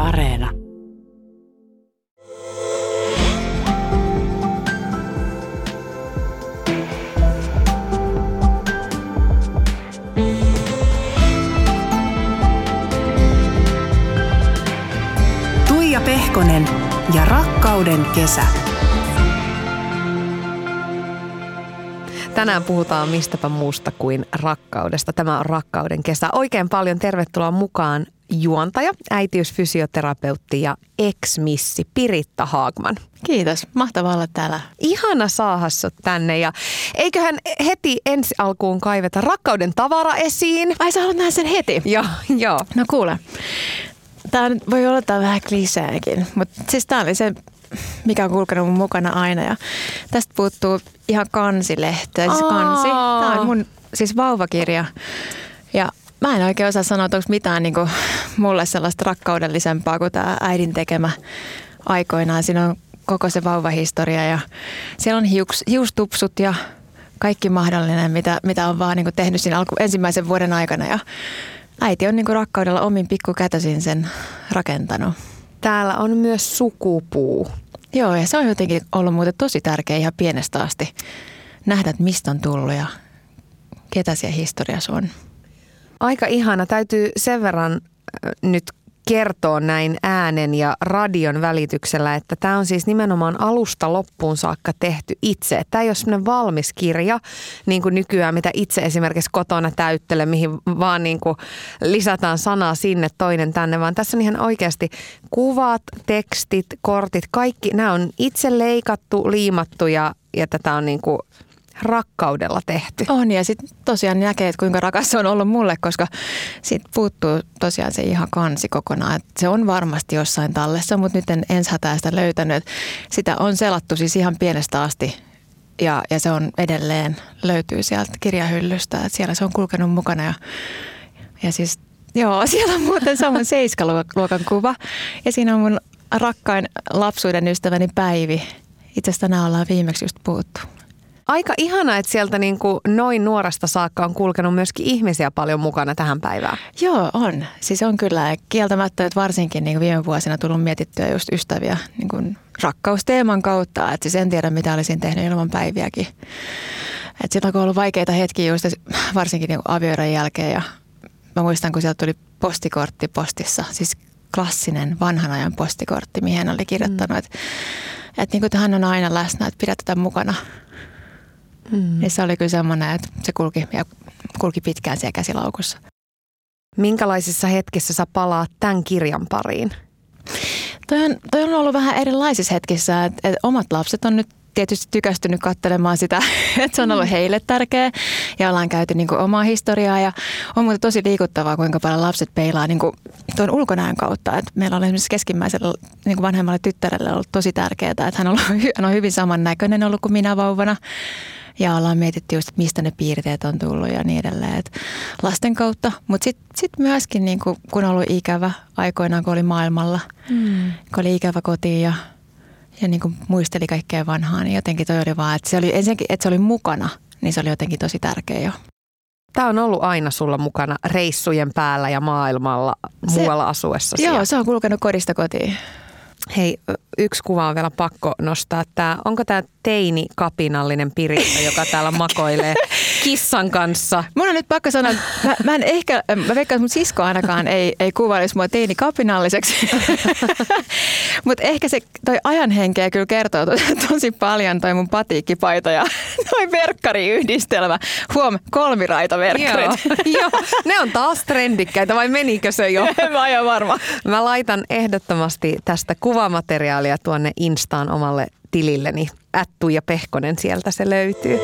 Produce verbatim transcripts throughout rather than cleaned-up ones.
Areena. Tuija Pehkonen ja rakkauden kesä. Tänään puhutaan mistäpä muusta kuin rakkaudesta. Tämä on Rakkauden kesä. Oikein paljon tervetuloa mukaan juontaja, äitiysfysioterapeutti ja ex-missi Piritta Haagman. Kiitos. Mahtavaa olla täällä. Ihana saada sut tänne ja eiköhän heti ensi alkuun kaiveta rakkauden tavara esiin. Ai sä haluat nähdä sen heti? Joo, joo. No kuule. Tää voi olla tää vähän kliseekin, mutta siis tää oli se, mikä on kulkenut mun mukana aina ja tästä puuttuu ihan kansilehto. Siis kansi. Tää on mun siis vauvakirja ja mä en oikein osaa sanoa, että onko mitään niin kuin mulle sellaista rakkaudellisempaa kuin tämä äidin tekemä aikoinaan. Siinä on koko se vauvahistoria ja siellä on hius, hiustupsut ja kaikki mahdollinen, mitä, mitä on vaan niin kuin tehnyt siinä alku, ensimmäisen vuoden aikana. Ja äiti on niin kuin rakkaudella omin pikkukätösin sen rakentanut. Täällä on myös sukupuu. Joo, ja se on jotenkin ollut muuten tosi tärkeä ihan pienestä asti nähdä, että mistä on tullut ja ketä siellä historiassa on. Aika ihana. Täytyy sen verran nyt kertoa näin äänen ja radion välityksellä, että tämä on siis nimenomaan alusta loppuun saakka tehty itse. Tämä ei ole sellainen valmis kirja, niin kuin nykyään, mitä itse esimerkiksi kotona täyttelen, mihin vaan niin kuin lisätään sanaa sinne, toinen tänne, vaan tässä on ihan oikeasti kuvat, tekstit, kortit, kaikki. Nämä on itse leikattu, liimattu ja, ja tätä on niin kuin rakkaudella tehty. On ja sitten tosiaan näkee, että kuinka rakas se on ollut mulle, koska siitä puuttuu tosiaan se ihan kansi kokonaan. Et se on varmasti jossain tallessa, mutta nyt en ensi hätää sitä löytänyt. Sitä on selattu siis ihan pienestä asti ja, ja se on edelleen, löytyy sieltä kirjahyllystä. Et siellä se on kulkenut mukana ja, ja siis joo, siellä on muuten se on mun seiskaluokan kuva ja siinä on mun rakkain lapsuuden ystäväni Päivi. Itse asiassa tänään ollaan viimeksi just puhuttu. Aika ihana, että sieltä niin kuin noin nuoresta saakka on kulkenut myöskin ihmisiä paljon mukana tähän päivään. Joo, on. Siis on kyllä kieltämättä, että varsinkin niin kuin viime vuosina tullut mietittyä just ystäviä niin kuin rakkausteeman kautta. Että siis en tiedä, mitä olisin tehnyt ilman Päiviäkin. Että silloin kun on ollut vaikeita hetkiä just varsinkin niin kuin avioeron jälkeen ja mä muistan, kun sieltä tuli postikortti postissa, siis klassinen vanhan ajan postikortti, mihin hän oli kirjoittanut, mm. että, että, niin kuin, että hän on aina läsnä, että pidä tätä mukana. Mm. Ja se oli kyllä semmoinen, että se kulki, ja kulki pitkään siellä käsilaukussa. Minkälaisissa hetkissä sä palaat tämän kirjan pariin? Toi on, toi on ollut vähän erilaisissa hetkissä. Että, että omat lapset on nyt tietysti tykästynyt katselemaan sitä, että se on ollut heille tärkeä. Ja ollaan käyty niin kuin omaa historiaa ja on muuten tosi liikuttavaa, kuinka paljon lapset peilaa niin kuin tuon ulkonäön kautta. Että meillä on esimerkiksi keskimmäisellä niin kuin vanhemmalle tyttärelle ollut tosi tärkeää, että hän on, ollut, hän on hyvin samannäköinen ollut kuin minä vauvana. Ja ollaan mietitty just, että mistä ne piirteet on tullut ja niin edelleen, että lasten kautta. Mutta sitten sit myöskin, niin kun, kun on ollut ikävä aikoinaan, kun oli maailmalla, mm. kun oli ikävä kotiin ja, ja niin kun muisteli kaikkea vanhaa, niin jotenkin toi oli vaan, että se oli ensinnäkin, että se oli mukana, niin se oli jotenkin tosi tärkeä jo. Tämä on ollut aina sulla mukana reissujen päällä ja maailmalla se, muualla asuessasi. Joo, se on kulkenut kodista kotiin. Hei, yksi kuva on vielä pakko nostaa. Tää, onko tämä teini kapinallinen Piritta, joka täällä makoilee kissan kanssa? Mun on nyt pakko sanoa, että mä, mä en ehkä, mä veikkaan, että mun sisko ainakaan ei, ei kuvailisi mua teini kapinalliseksi. Mutta ehkä se toi ajan henkeä kyllä kertoo tosi paljon toi mun patiikkipaita ja noi verkkariyhdistelmä. Huom, kolmiraitaverkkarit. Joo, joo, ne on taas trendikkäitä vai menikö se jo? En mä ajan varma. Mä laitan ehdottomasti tästä kuvamateriaalia tuonne Instaan omalle tililleni. Ät Tuija Pehkonen, sieltä se löytyy.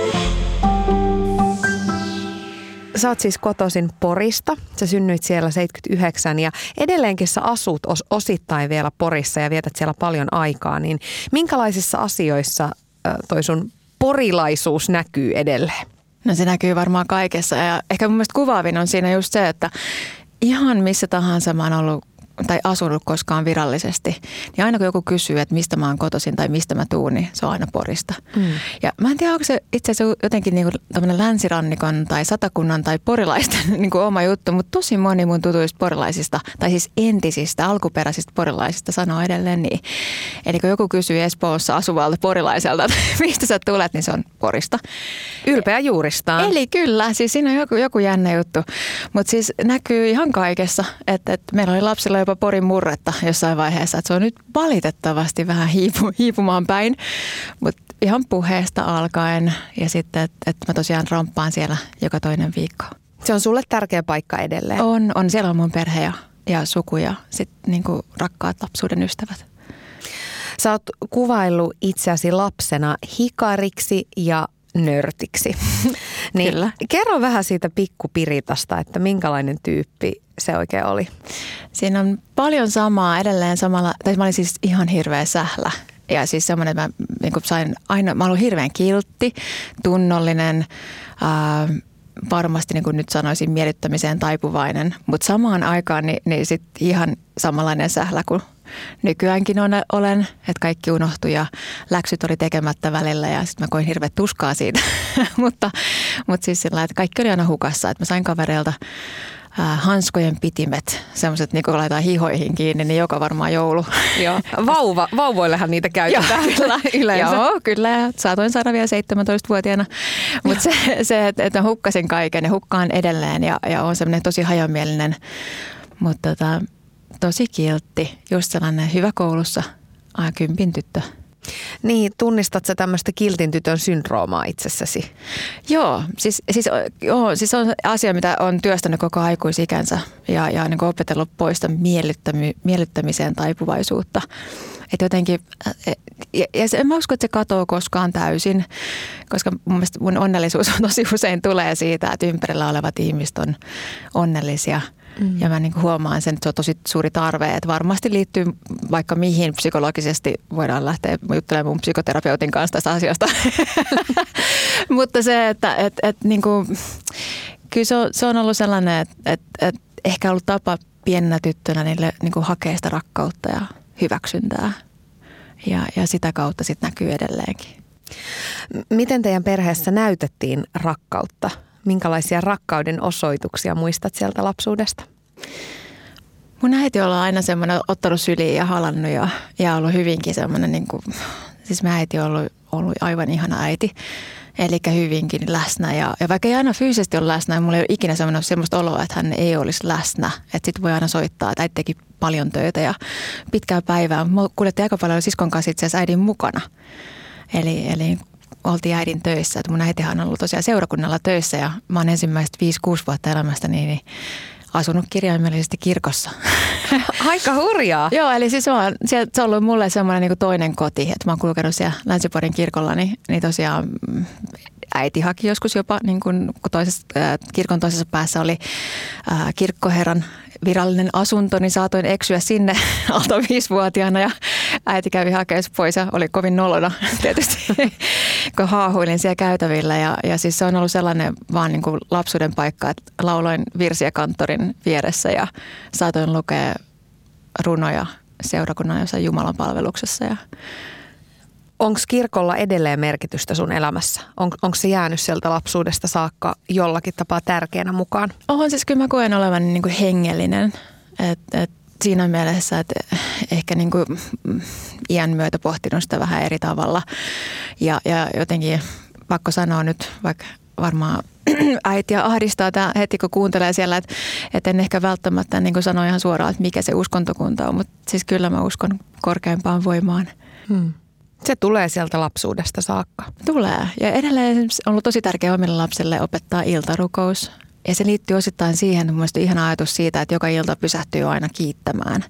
Sä oot siis kotoisin Porista. Sä synnyit siellä seitsemänkymmentäyhdeksän ja edelleenkin sä asut os- osittain vielä Porissa ja vietät siellä paljon aikaa. Niin minkälaisissa asioissa toi sun porilaisuus näkyy edelleen? No se näkyy varmaan kaikessa ja ehkä mun mielestä kuvaavin on siinä just se, että ihan missä tahansa mä oon ollut tai asunut koskaan virallisesti, niin aina kun joku kysyy, että mistä mä oon kotoisin tai mistä mä tuun, niin se on aina Porista. Mm. Ja mä en tiedä, onko se itse asiassa jotenkin niin kuin tämmöinen länsirannikon tai Satakunnan tai porilaisten niin kuin oma juttu, mutta tosi moni mun tutuista porilaisista, tai siis entisistä, alkuperäisistä porilaisista sanoo edelleen niin. Eli kun joku kysyy Espoossa asuvalta porilaiselta, että mistä sä tulet, niin se on Porista. Ylpeä juuristaan. Eli kyllä, siis siinä on joku, joku jännä juttu, mutta siis näkyy ihan kaikessa, että, että meillä oli lapsilla jopa Porin murretta jossain vaiheessa, että se on nyt valitettavasti vähän hiipu, hiipumaan päin, mutta ihan puheesta alkaen ja sitten, että, että mä tosiaan ramppaan siellä joka toinen viikko. Se on sulle tärkeä paikka edelleen. On, on siellä on mun perhe ja, ja suku ja sitten niinku rakkaat lapsuuden ystävät. Sä oot kuvaillut itseäsi lapsena hikariksi ja nörtiksi. Niin Kyllä. Kerro vähän siitä pikkupiritasta, että minkälainen tyyppi se oikein oli. Siinä on paljon samaa edelleen samalla, tai mä olin siis ihan hirveä sählä. Ja siis semmoinen, että mä niin sain aina, mä olin hirveän kiltti, tunnollinen, ää, varmasti niin kuin nyt sanoisin miellyttämiseen taipuvainen, mutta samaan aikaan niin, niin sitten ihan samanlainen sählä kuin nykyäänkin on, olen, että kaikki unohtui ja läksyt oli tekemättä välillä ja sitten mä koin hirveä tuskaa siitä, mutta, mutta siis sillä, että kaikki oli aina hukassa, että mä sain kavereilta äh, hanskojen pitimet, semmoiset niin kun laitetaan hihoihin kiinni, niin joka varmaan joulu. Joo. Vauva, vauvoillehan niitä käytetään. Joo, kyllä. Yleensä. Joo, kyllä. Saatoin saada vielä seitsemäntoistavuotiaana, mutta se, se, että mä hukkasin kaiken ja hukkaan edelleen ja, ja on semmoinen tosi hajamielinen, mutta tota, tosi kiltti, just sellainen hyvä koulussa, aina kympin tyttö. Niin, tunnistat sä tämmöistä kiltin tytön syndroomaa itsessäsi? Joo, siis, siis, joo, siis on asia, mitä on työstänyt koko aikuisikänsä ja, ja niin kuin opetellut poista miellyttämi, miellyttämiseen taipuvaisuutta. Että jotenkin, ja, ja en mä usko, että se katoo koskaan täysin, koska mun mielestä mun onnellisuus on tosi usein tulee siitä, että ympärillä olevat ihmiset on onnellisia. Mm. Ja mä niin kuin huomaan sen, että se on tosi suuri tarve, että varmasti liittyy vaikka mihin psykologisesti voidaan lähteä juttelemaan mun psykoterapeutin kanssa tästä asiasta. Mutta se, että et, et, niin kuin, kyllä se on, se on ollut sellainen, että et, et ehkä ollut tapa pienenä tyttönä niille niin kuin hakea sitä rakkautta ja hyväksyntää. Ja, ja sitä kautta sitten näkyy edelleenkin. Miten teidän perheessä näytettiin rakkautta? Minkälaisia rakkauden osoituksia muistat sieltä lapsuudesta? Mun äiti on aina semmoinen ottanut syliin ja halannut ja, ja ollut hyvinkin semmoinen, niin kuin, siis mä äiti on ollut, ollut aivan ihana äiti. Eli hyvinkin läsnä ja, ja vaikka ei aina fyysisesti ole läsnä, niin mulla ei ole ikinä semmoista oloa, että hän ei olisi läsnä. Että sit voi aina soittaa, että äiti teki paljon töitä ja pitkää päivää. Me kuljettiin aika paljon siskon kanssa itse asiassa äidin mukana. Eli, eli oltiin äidin töissä. Että mun äitihan on ollut tosiaan seurakunnalla töissä ja mä oon ensimmäiset viisi kuusi vuotta elämästä niin asunut kirjaimellisesti kirkossa. Aika hurjaa. Joo, eli siis on, se on ollut mulle semmoinen niin kuin toinen koti, että mä oon kulkenut siellä Länsi-Porin kirkolla, niin, niin tosiaan äiti haki joskus jopa, niin kuin toisessa, äh, kirkon toisessa päässä oli äh, kirkkoherran virallinen asunto, niin saatoin eksyä sinne alta viisivuotiaana ja äiti kävi hakeessa pois ja oli kovin nolona tietysti, kun haahuilin siellä käytävillä. Ja, ja siis se on ollut sellainen vaan niin kuin lapsuuden paikka, että lauloin virsiä kanttorin vieressä ja saatoin lukea runoja seurakunnan jossain Jumalan palveluksessa. Ja onko kirkolla edelleen merkitystä sun elämässä? On, onko se jäänyt sieltä lapsuudesta saakka jollakin tapaa tärkeänä mukaan? Oon siis kyllä mä koen olevan niin kuin hengellinen. Et, et siinä mielessä, että ehkä niin kuin iän myötä pohtinut sitä vähän eri tavalla. Ja, ja jotenkin pakko sanoa nyt, vaikka varmaan äitiä ahdistaa tämä heti, kun kuuntelee siellä, että, että en ehkä välttämättä niin kuin sano ihan suoraan, että mikä se uskontokunta on. Mutta siis kyllä mä uskon korkeampaan voimaan. Hmm. Se tulee sieltä lapsuudesta saakka. Tulee. Ja edelleen on ollut tosi tärkeää omille lapsille opettaa iltarukous. Ja se liittyy osittain siihen, että mun mielestä ihana ajatus siitä, että joka ilta pysähtyy aina kiittämään.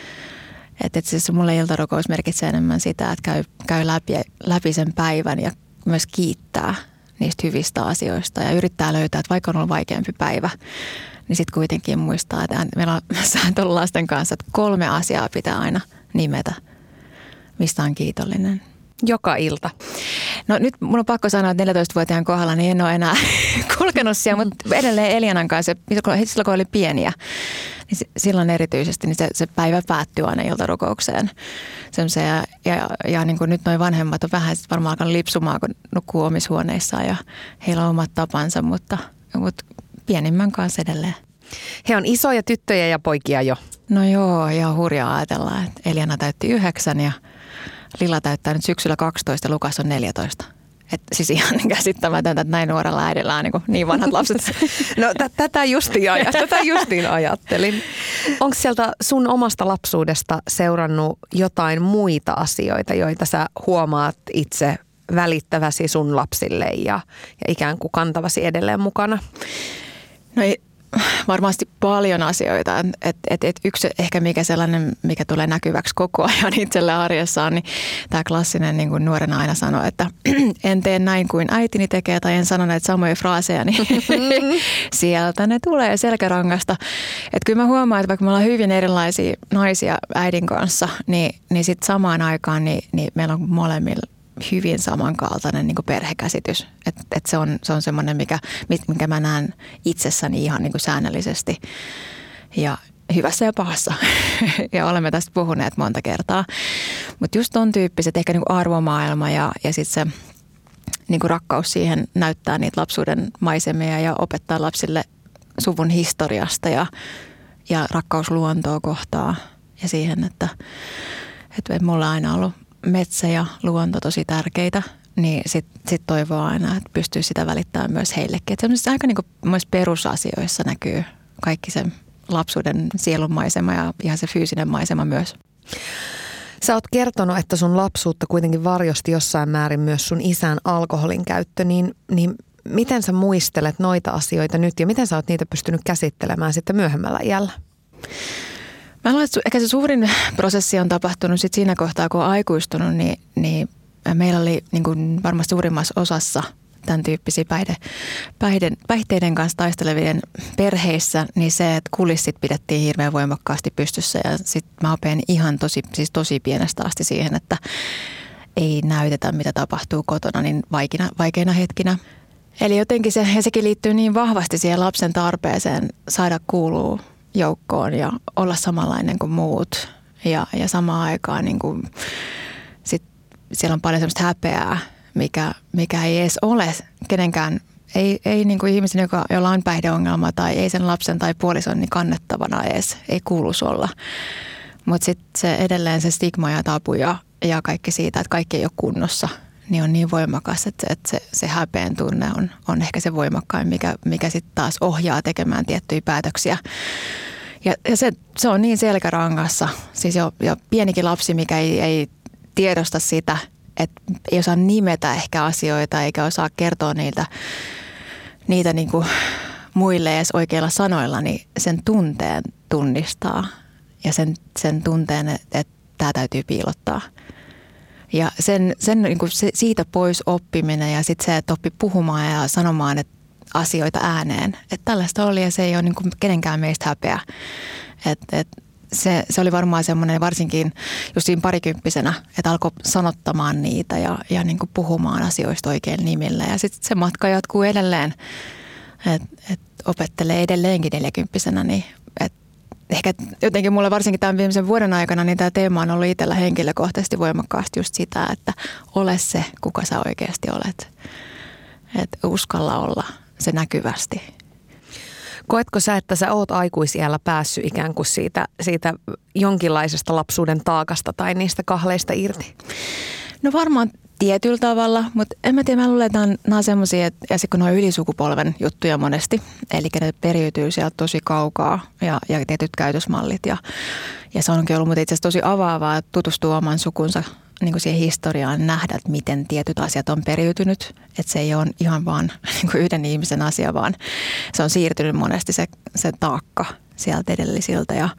Että et siis mulle iltarukous merkitsee enemmän sitä, että käy, käy läpi, läpi sen päivän ja myös kiittää niistä hyvistä asioista. Ja yrittää löytää, että vaikka on ollut vaikeampi päivä, niin sitten kuitenkin muistaa, että meillä on sääntö lasten kanssa, että kolme asiaa pitää aina nimetä, mistä on kiitollinen. Joka ilta? No nyt mun on pakko sanoa, että neljätoistavuotiaan kohdalla niin en ole enää kulkenut siellä, mutta edelleen Elianan kanssa, silloin kun oli pieniä, niin silloin erityisesti niin se, se päivä päättyy aina iltarukoukseen. Ja, ja, ja niin kuin nyt noi vanhemmat on vähän varmaan alkanut lipsumaan, kun nukkuu omissa huoneissaan ja heillä on omat tapansa, mutta, mutta pienimmän kanssa edelleen. He on isoja tyttöjä ja poikia jo. No joo, ja hurjaa ajatellaan, että Eliana täytti yhdeksän ja Lilla täyttää nyt syksyllä kaksitoista ja Lukas on neljätoista. Että siis ihan käsittämätöntä, että näin nuorella äidillä on niin, niin vanhat lapset. No t- tätä, justiin, tätä justiin ajattelin. Onko sieltä sun omasta lapsuudesta seurannut jotain muita asioita, joita sä huomaat itse välittäväsi sun lapsille ja, ja ikään kuin kantavasi edelleen mukana? No ei, varmasti paljon asioita. Et, et, et yksi ehkä mikä sellainen, mikä tulee näkyväksi koko ajan itselle arjessaan, niin tämä klassinen niin kuin nuorena aina sanoo, että en tee näin kuin äitini tekee tai en sano näitä samoja fraaseja, niin sieltä ne tulee selkärangasta. Että kyllä mä huomaan, että vaikka me ollaan hyvin erilaisia naisia äidin kanssa, niin, niin sitten samaan aikaan niin, niin meillä on molemmilla hyvin samankaltainen niin kuin perhekäsitys. Et, et se on, se on semmoinen, mikä, minkä mä näen itsessäni ihan niin kuin säännöllisesti ja hyvässä ja pahassa. Ja olemme tästä puhuneet monta kertaa. Mutta just ton tyyppiset ehkä niin kuin arvomaailma ja, ja sitten se niin kuin rakkaus siihen näyttää niitä lapsuuden maisemia ja opettaa lapsille suvun historiasta ja, ja rakkaus luontoa kohtaa ja siihen, että, että mulla on aina ollut metsä ja luonto tosi tärkeitä, niin sitten sit toivoo aina, että pystyy sitä välittämään myös heillekin. Että semmoisissa aika niin kuin myös perusasioissa näkyy kaikki se lapsuuden sielun maisema ja ihan se fyysinen maisema myös. Sä oot kertonut, että sun lapsuutta kuitenkin varjosti jossain määrin myös sun isän alkoholin käyttö, niin, niin miten sä muistelet noita asioita nyt ja miten sä oot niitä pystynyt käsittelemään sitten myöhemmällä iällä? Mä luulen, että ehkä se suurin prosessi on tapahtunut sit siinä kohtaa, kun on aikuistunut, niin, niin meillä oli niin kuin varmasti suurimmassa osassa tämän tyyppisiä päihde, päihde, päihteiden kanssa taistelevien perheissä, niin se, että kulissit pidettiin hirveän voimakkaasti pystyssä ja sitten mä opin ihan tosi, siis tosi pienestä asti siihen, että ei näytetä, mitä tapahtuu kotona niin vaikeina, vaikeina hetkinä. Eli jotenkin se, ja sekin liittyy niin vahvasti siihen lapsen tarpeeseen saada kuulua joukkoon ja olla samanlainen kuin muut. Ja, ja samaan aikaan niin kuin, sit siellä on paljon sellaista häpeää, mikä, mikä ei edes ole kenenkään, ei, ei niin kuin ihmisen, joka, jolla on päihdeongelma tai ei sen lapsen tai puolison niin kannettavana edes, ei kuuluisi olla. Mutta sitten se edelleen se stigma ja tabu ja, ja kaikki siitä, että kaikki ei ole kunnossa, niin on niin voimakas, että, että se, se häpeen tunne on, on ehkä se voimakkain, mikä, mikä sitten taas ohjaa tekemään tiettyjä päätöksiä. Ja, ja se, se on niin selkärangassa, siis jo, jo pienikin lapsi, mikä ei, ei tiedosta sitä, että ei osaa nimetä ehkä asioita eikä osaa kertoa niitä, niitä niin kuin muille edes oikeilla sanoilla, niin sen tunteen tunnistaa ja sen, sen tunteen, että, että tämä täytyy piilottaa. Ja sen, sen niin kuin se, siitä pois oppiminen ja sitten se, että oppi puhumaan ja sanomaan että asioita ääneen. Että tällaista oli ja se ei ole niin kuin kenenkään meistä häpeä. Että et se, se oli varmaan semmoinen varsinkin just siinä parikymppisenä, että alkoi sanottamaan niitä ja, ja niin kuin puhumaan asioista oikein nimillä. Ja sitten se matka jatkuu edelleen, että et opettelee edelleenkin neljäkymppisenä, niin että ehkä jotenkin mulle varsinkin tämän viimeisen vuoden aikana, niin tämä teema on ollut itsellä henkilökohtaisesti voimakkaasti just sitä, että ole se, kuka sä oikeasti olet. Että uskalla olla se näkyvästi. Koetko sä, että sä oot aikuisiällä päässyt ikään kuin siitä, siitä jonkinlaisesta lapsuuden taakasta tai niistä kahleista irti? No varmaan tietyllä tavalla, mutta en mä tiedä, mä luulen, että nämä on semmoisia, että ja kun ne on ylisukupolven juttuja monesti, eli ne periytyy sieltä tosi kaukaa ja, ja tietyt käytösmallit ja, ja se onkin ollut itse asiassa tosi avaavaa, että tutustuu oman sukunsa niin kuin siihen historiaan, nähdä, että miten tietyt asiat on periytynyt, että se ei ole ihan vaan niin kuin yhden ihmisen asia, vaan se on siirtynyt monesti se, se taakka sieltä edellisiltä ja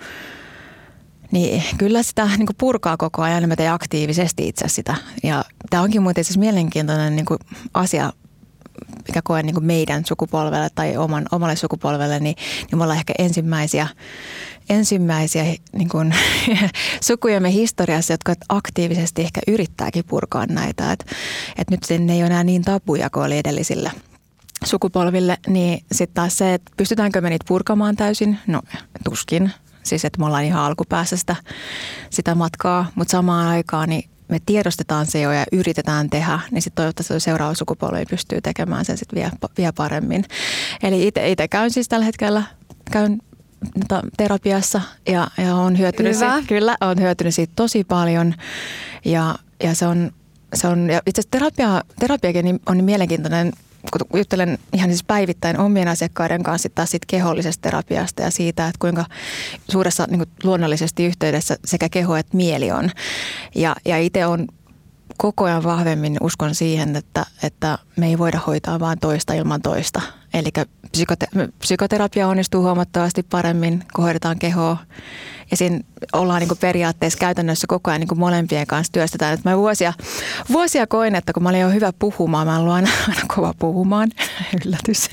niin kyllä sitä niin kuin purkaa koko ajan ja mä teen aktiivisesti itse asiassa sitä. Ja tämä onkin muuten itse asiassa mielenkiintoinen niin kuin asia, mikä koen niin kuin meidän sukupolvelle tai oman, omalle sukupolvelle, niin, niin me ollaan ehkä ensimmäisiä ensimmäisiä niin kuin, sukujemme historiassa, jotka aktiivisesti ehkä yrittääkin purkaa näitä. Että et nyt ne ei ole enää niin tabuja kuin oli edellisillä sukupolville, niin sitten taas se, että pystytäänkö me niitä purkamaan täysin? No tuskin. Siis että me ollaan ihan alkupäässä sitä, sitä matkaa, mutta samaan aikaan niin me tiedostetaan se jo ja yritetään tehdä, niin sitten toivottavasti seuraava sukupolvi pystyy tekemään sen sitten vielä, vielä paremmin. Eli itse käyn siis tällä hetkellä, käyn terapiassa ja, ja on hyötynyt siitä, kyllä, on hyötynyt siitä tosi paljon ja, ja se on, se on ja itse asiassa terapia, terapiakin on niin mielenkiintoinen, kun juttelen ihan siis päivittäin omien asiakkaiden kanssa taas siitä kehollisesta terapiasta ja siitä, että kuinka suuressa niin kuin luonnollisesti yhteydessä sekä keho että mieli on. Ja, ja itse on koko ajan vahvemmin uskon siihen, että, että me ei voida hoitaa vaan toista ilman toista. Eli psykote- psykoterapia onnistuu huomattavasti paremmin, kun hoidetaan kehoa. Ja siinä ollaan niin kuin periaatteessa käytännössä koko ajan niin kuin molempien kanssa työstetään. Että mä vuosia, vuosia koin, että kun mä olin jo hyvä puhumaan, mä en ollut aina, aina kova puhumaan, yllätys.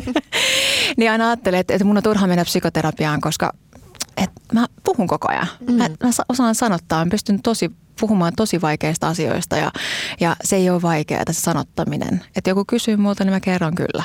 Niin aina ajattelin, että, että mun on turha mennä psykoterapiaan, koska että mä puhun koko ajan. Mm. Mä, mä osaan sanottaa, mä pystyn tosi puhumaan tosi vaikeista asioista ja, ja se ei ole vaikeaa se sanottaminen. Että joku kysyy multa, niin mä kerron kyllä.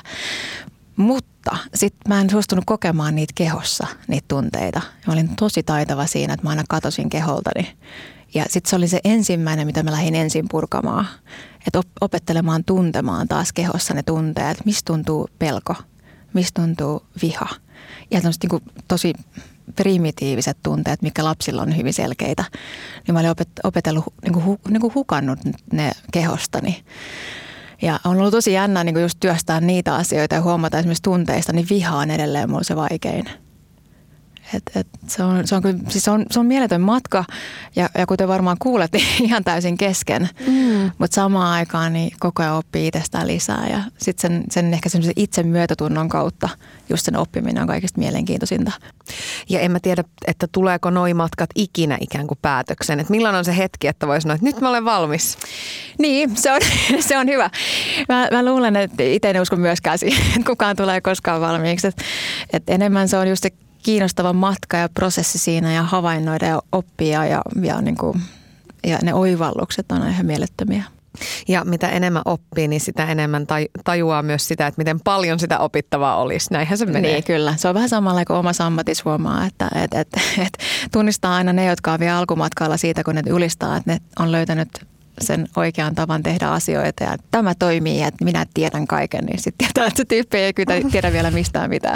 Mutta sitten mä en suostunut kokemaan niitä kehossa, niitä tunteita. Mä olin tosi taitava siinä, että mä aina katosin keholtani. Ja sitten se oli se ensimmäinen, mitä mä lähdin ensin purkamaan. Että op- opettelemaan tuntemaan taas kehossa ne tunteet. Mistä tuntuu pelko? Mistä tuntuu viha? Ja tämmöiset niin tosi primitiiviset tunteet, mikä lapsilla on hyvin selkeitä. Niin mä olin opet- opetellut, niin kuin hu- niin kuin hukannut ne kehostani. Ja on ollut tosi jännää niin just työstää niitä asioita ja huomata esimerkiksi tunteista, niin viha on edelleen mulla se vaikein. Et, et se, on, se, on, siis se, on, se on mieletön matka ja, ja kuten varmaan kuulet, niin ihan täysin kesken. Mm. Mutta samaan aikaan niin koko ajan oppii itsestään lisää ja sitten sen, sen ehkä semmoisen itse myötätunnon kautta just sen oppiminen on kaikista mielenkiintoisinta. Ja en mä tiedä, että tuleeko noi matkat ikinä ikään kuin päätöksen. Että milloin on se hetki, että voi sanoa, että nyt mä olen valmis. Niin, se on, se on hyvä. Mä, mä luulen, että itse en usko myöskään siihen, että kukaan tulee koskaan valmiiksi. Että et enemmän se on just se kiinnostava matka ja prosessi siinä ja havainnoida ja oppia ja, ja, niin kuin, ja ne oivallukset on ihan mielettömiä. Ja mitä enemmän oppii, niin sitä enemmän tajuaa myös sitä, että miten paljon sitä opittavaa olisi. Näinhän se menee. Niin, kyllä. Se on vähän samalla kuin omassa ammatissa huomaa, että et, et, et tunnistaa aina ne, jotka on vielä alkumatkalla siitä, kun ne julistaa, että ne on löytänyt sen oikean tavan tehdä asioita ja tämä toimii ja minä tiedän kaiken, niin sitten tietää, että se tyyppi ei kyllä tiedä vielä mistään mitään.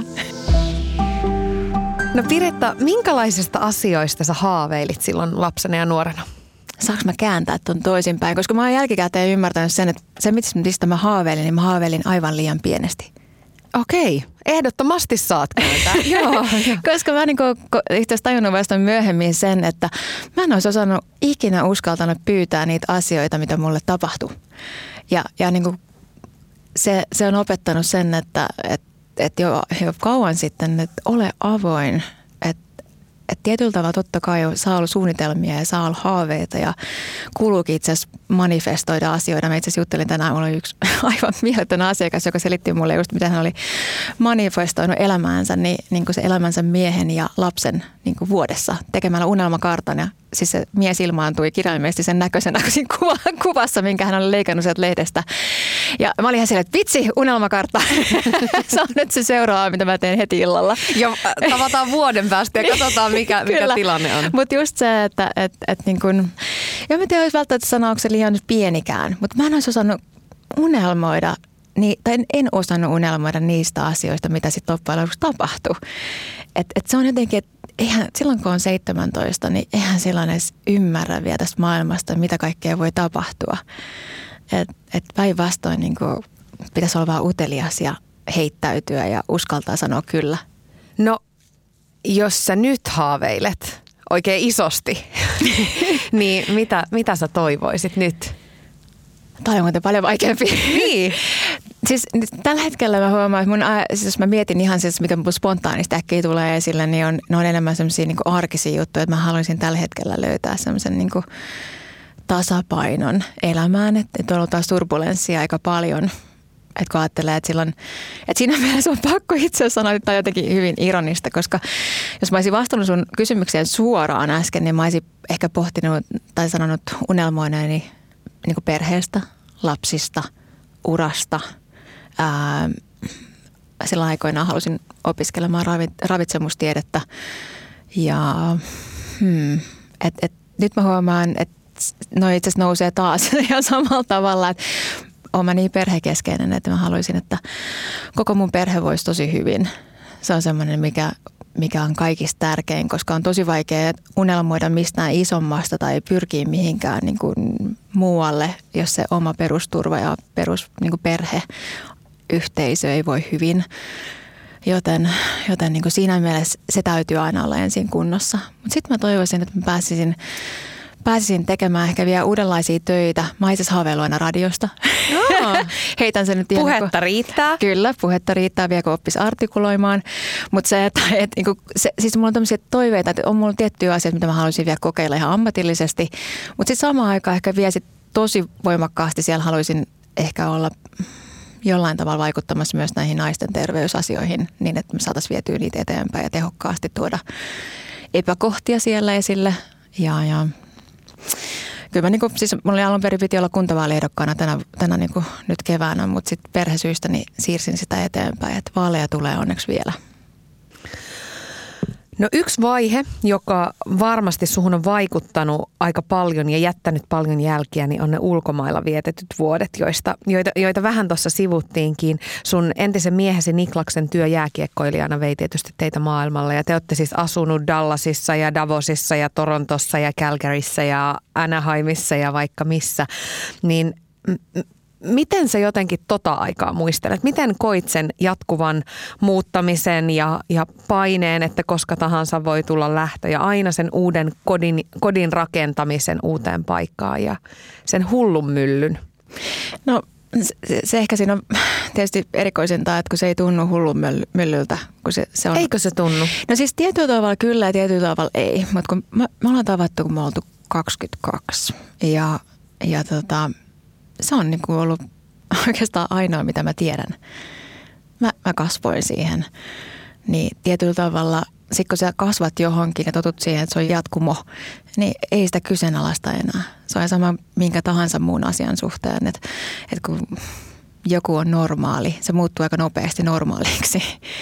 No Piritta, minkälaisista asioista sä haaveilit silloin lapsena ja nuorena? Saanko mä kääntää ton toisinpäin? Koska mä oon jälkikäteen ymmärtänyt sen, että se mistä mä haaveilin, niin mä haaveilin aivan liian pienesti. Okei, ehdottomasti saat kääntää. Joo. Koska mä niin itse asiassa tajunnut vasta myöhemmin sen, että mä en olisi osannut ikinä uskaltanut pyytää niitä asioita, mitä mulle tapahtui. Ja, ja niin kuin se, se on opettanut sen, että, että, että jo, jo kauan sitten, että ole avoin. Että tietyllä tavalla totta kai saa olla suunnitelmia ja saa olla haaveita ja kuuluukin itse asiassa manifestoida asioita. Mä itse asiassa juttelin tänään, mulla oli yksi aivan mieletön asiakas, joka selitti mulle just, miten hän oli manifestoinut elämäänsä, niin, niin kuin se elämänsä miehen ja lapsen niin kuin vuodessa tekemällä unelmakartan. Ja siis se mies ilmaantui kirjaimellisesti sen näköisenä siinä kuva, kuvassa, minkä hän oli leikannut sieltä lehdestä. Ja mä olin ihan silleen, että vitsi, unelmakartta. Se on nyt se seuraava, mitä mä teen heti illalla. Jo tavataan vuoden päästä ja katsotaan, mikä, mikä tilanne on. Mutta just se, että et, et niin kun, ja mä tiedän, jos välttämättä sanoa, onko se liian pienikään, mutta mä en olisi osannut unelmoida, niin, tai en, en osannut unelmoida niistä asioista, mitä sitten loppujen lopuksi tapahtui. Et, et se on jotenkin, että eihän, silloin kun on seitsemäntoista, niin eihän silloin edes ymmärrä vielä tästä maailmasta, mitä kaikkea voi tapahtua. Että et päinvastoin niin pitäisi olla vaan utelias ja heittäytyä ja uskaltaa sanoa kyllä. No, jos sä nyt haaveilet oikein isosti, niin mitä, mitä sä toivoisit nyt? Tämä on muuten paljon vaikeampi. Niin. Siis tällä hetkellä mä huomaan, että mun, siis jos mä mietin ihan siis, mitä mun spontaanisti äkkiä tulee esille, niin on, ne on enemmän sellaisia niin kuin arkisia juttuja, että mä haluaisin tällä hetkellä löytää sellaisen niin kuin tasapainon elämään. Että, että on ollut taas turbulenssia aika paljon Että kun ajattelee, että, silloin, että siinä mielessä on pakko itse asiassa sanoa, että tämä on jotenkin hyvin ironista, koska jos mä olisin vastannut sun kysymykseen suoraan äsken, niin mä olisin ehkä pohtinut tai sanonut unelmoineeni niin kuin perheestä, lapsista, urasta. Ää, silloin aikoinaan halusin opiskelemaan ravitsemustiedettä ja hmm, et, et, nyt mä huomaan, että no itse asiassa nousee taas ihan samalla tavalla, että olen mä niin perhekeskeinen, että mä haluaisin, että koko mun perhe voisi tosi hyvin. Se on semmoinen, mikä, mikä on kaikista tärkein, koska on tosi vaikea unelmoida mistään isommasta tai pyrkiä mihinkään niin kuin muualle, jos se oma perusturva ja perus niin kuin perheyhteisö ei voi hyvin. Joten, joten niin kuin siinä mielessä se täytyy aina olla ensin kunnossa. Mutta sitten mä toivoisin, että mä pääsisin Pääsisin tekemään ehkä vielä uudenlaisia töitä. Mä itse asiassa haaveillut aina radiosta. No. Heitän sen nyt ihan puhetta niin riittää. Kyllä, puhetta riittää vielä kun oppisi artikuloimaan. Mutta se, että et, niin kuin, se, siis mulla on tämmöisiä toiveita, että on mulla tiettyjä asioita, mitä mä haluaisin vielä kokeilla ihan ammatillisesti. Mutta sitten samaan aikaan ehkä vielä sit tosi voimakkaasti siellä haluaisin ehkä olla jollain tavalla vaikuttamassa myös näihin naisten terveysasioihin niin, että me saataisiin vietyä niitä eteenpäin ja tehokkaasti tuoda epäkohtia siellä esille. Ja, ja kyllä mä niin kuin, siis mulla oli alun perin piti olla kuntavaaliehdokkaana tänä, tänä niin kuin nyt keväänä, mutta sitten perhesyistä niin siirsin sitä eteenpäin, että vaaleja tulee onneksi vielä. No yksi vaihe, joka varmasti suhun on vaikuttanut aika paljon ja jättänyt paljon jälkiä, niin on ne ulkomailla vietetyt vuodet, joista, joita, joita vähän tuossa sivuttiinkin. Sun entisen miehesi Niklaksen työ jääkiekkoilijana vei tietysti teitä maailmalle ja te olette siis asunut Dallasissa ja Davosissa ja Torontossa ja Calgaryssä ja Anaheimissa ja vaikka missä, niin m- miten sä jotenkin tota aikaa muistelet? Miten koit sen jatkuvan muuttamisen ja, ja paineen, että koska tahansa voi tulla lähtö ja aina sen uuden kodin, kodin rakentamisen uuteen paikkaan ja sen hullun myllyn? No se, se ehkä siinä on tietysti erikoisinta, että kun se ei tunnu hullun myllyltä. Kun se, se on... Eikö se tunnu? No siis tietyllä tavalla kyllä ja tietyllä tavalla ei, mutta kun me, me ollaan tavattu, kun me ollaan oltu kaksikymmentäkaksi ja, ja tota... Se on niin kuin ollut oikeastaan ainoa, mitä mä tiedän. Mä, mä kasvoin siihen. Niin tietyllä tavalla, sit kun sä kasvat johonkin ja totut siihen, että se on jatkumo, niin ei sitä kyseenalaista enää. Se on sama minkä tahansa muun asian suhteen, että, että kun joku on normaali, se muuttuu aika nopeasti normaaliksi.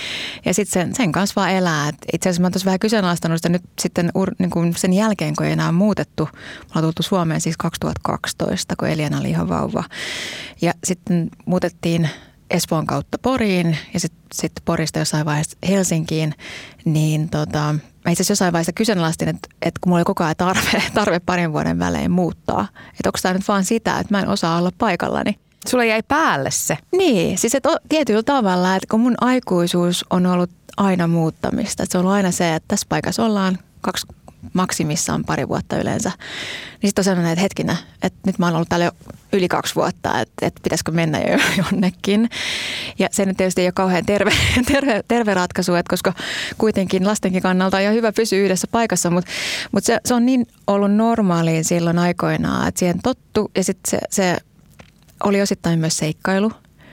Ja sitten sen, sen kanssa vaan elää. Et itse asiassa mä oon tuossa vähän kyseenalaistanut sitä nyt sitten ur, niin kuin sen jälkeen, kun ei enää muutettu. Me ollaan tultu Suomeen siis kaksituhattakaksitoista, kun Eliana oli ihan vauva. Ja sitten muutettiin Espoon kautta Poriin ja sitten sit Porista jossain vaiheessa Helsinkiin. Niin tota, mä itse asiassa jossain vaiheessa kyseenalaistin, että, että kun mulla oli koko ajan tarve, tarve parin vuoden välein muuttaa. Että onko tämä nyt vaan sitä, että mä en osaa olla paikallani. Sulla jäi päälle se. Niin, siis että tietyllä tavalla, että kun mun aikuisuus on ollut aina muuttamista. Että se on ollut aina se, että tässä paikassa ollaan kaksi maksimissaan pari vuotta yleensä. Niin sitten on sellainen, että hetkinen, että nyt mä oon ollut täällä jo yli kaksi vuotta, että, että pitäisikö mennä jo jonnekin. Ja se nyt tietysti ei ole kauhean terve, terve, terve ratkaisu, että koska kuitenkin lastenkin kannalta on ihan hyvä pysyä yhdessä paikassa, mutta, mutta se, se on niin ollut normaaliin silloin aikoinaan, että siihen tottu ja sitten se, se oli osittain myös seikkailu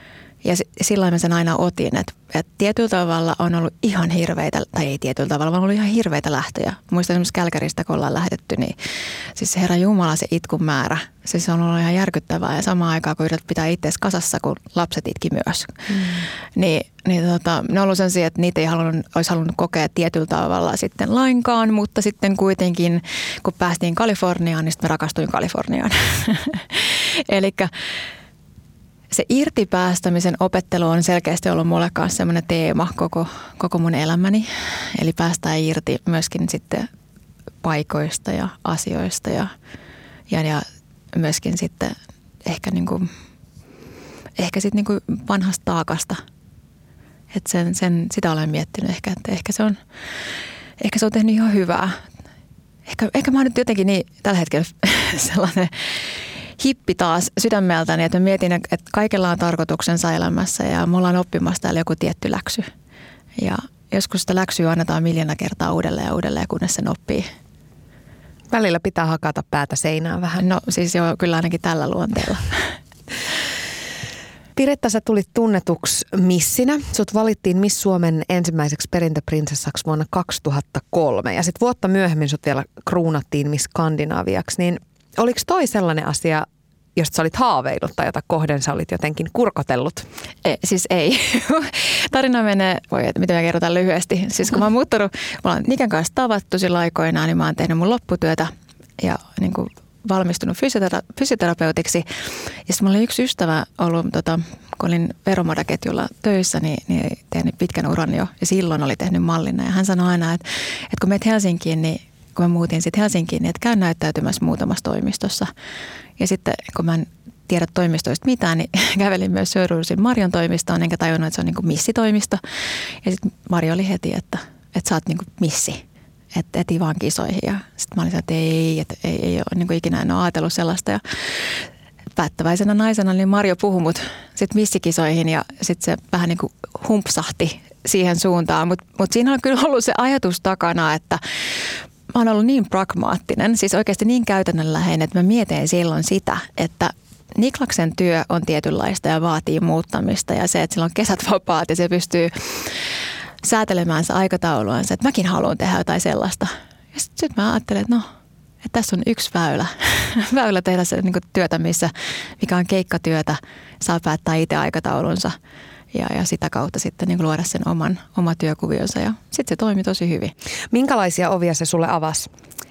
ja sillä mä sen aina otin, että, että tietyllä tavalla on ollut ihan hirveitä, tai ei tietyllä tavalla, vaan on ollut ihan hirveitä lähtöjä. Muistan esimerkiksi Calgarysta, kun ollaan lähdetty, niin siis herra Jumala se itkun määrä, siis se on ollut ihan järkyttävää ja samaan aikaan, kun yrität pitää itseäsi kasassa, kun lapset itki myös. Mm. Niin, niin tota, ne on ollut sellaisia, että niitä ei halunnut, olisi halunnut kokea tietyllä tavalla sitten lainkaan, mutta sitten kuitenkin, kun päästiin Kaliforniaan, niin sitten mä rakastuin Kaliforniaan. Elikkä se irtipäästämisen opettelu on selkeästi ollut mulle kanssa semmoinen teema koko, koko mun elämäni. Eli päästään irti myöskin sitten paikoista ja asioista ja, ja, ja myöskin sitten ehkä, niinku, ehkä sit niinku vanhasta taakasta. Et sen, sen, sitä olen miettinyt ehkä, että ehkä se on, ehkä se on tehnyt ihan hyvää. Ehkä, ehkä mä oon nyt jotenkin niin tällä hetkellä sellainen hippi taas sydämeltäni, että mä mietin, että kaikella on tarkoituksensa elämässä ja me ollaan oppimassa täällä joku tietty läksy. Ja joskus sitä läksyä annetaan miljoona kertaa uudelleen ja uudelleen, kunnes sen oppii. Välillä pitää hakata päätä seinään vähän. No siis joo, kyllä ainakin tällä luonteella. Piretta, sä tulit tunnetuksi missinä. Sut valittiin Miss Suomen ensimmäiseksi perintöprinsessaksi vuonna kaksituhattakolme ja sitten vuotta myöhemmin sut vielä kruunattiin Miss Skandinaaviaksi. Niin oliko toi sellainen asia, josta sä olit haaveillut tai jota kohden sä olit jotenkin kurkotellut? E, siis ei. Tarina menee, voi, että miten mä kerrotaan lyhyesti. Siis kun mä oon muuttanut, mulla on Niken kanssa tavattu sillä aikoinaan, niin mä oon tehnyt mun lopputyötä ja niin kuin valmistunut fysiotera- fysioterapeutiksi. Ja sitten mulla oli yksi ystävä ollut, tota, kun olin Veromoda-ketjulla töissä, niin, niin tehnyt pitkän uran jo. Ja silloin oli tehnyt mallina. Ja hän sanoi aina, että, että kun menet Helsinkiin, niin kun mä muutin sitten Helsinkiin, niin että käy näyttäytymässä muutamassa toimistossa. Ja sitten kun mä en tiedä toimistoista mitään, niin kävelin myös Sörursin Marion toimistoon, enkä tajunnut, että se on niin kuin missitoimisto. Ja sitten Marjo oli heti, että, että sä oot niin kuin missi. Että eti vaan kisoihin. Ja sitten mä olin että ei, että ei, ei ole niin kuin ikinä en ole ajatellut sellaista. Ja päättäväisenä naisena niin Marjo puhui mut sitten missikisoihin ja sitten se vähän niin kuin humpsahti siihen suuntaan. Mutta mut siinä on kyllä ollut se ajatus takana, että mä oon ollut niin pragmaattinen, siis oikeasti niin käytännönläheinen, että mä mietin silloin sitä, että Niklaksen työ on tietynlaista ja vaatii muuttamista ja se, että sillä on kesät vapaat ja se pystyy säätelemään se aikatauluansa, että mäkin haluan tehdä jotain sellaista. Ja sitten sit mä ajattelin, että no, että tässä on yksi väylä, väylä tehdä se niin kuin työtä, missä, mikä on keikkatyötä, saa päättää itse aikataulunsa ja, ja sitä kautta sitten niin kuin luoda sen oman, oma työkuvionsa ja sitten se toimi tosi hyvin. Minkälaisia ovia se sulle avasi?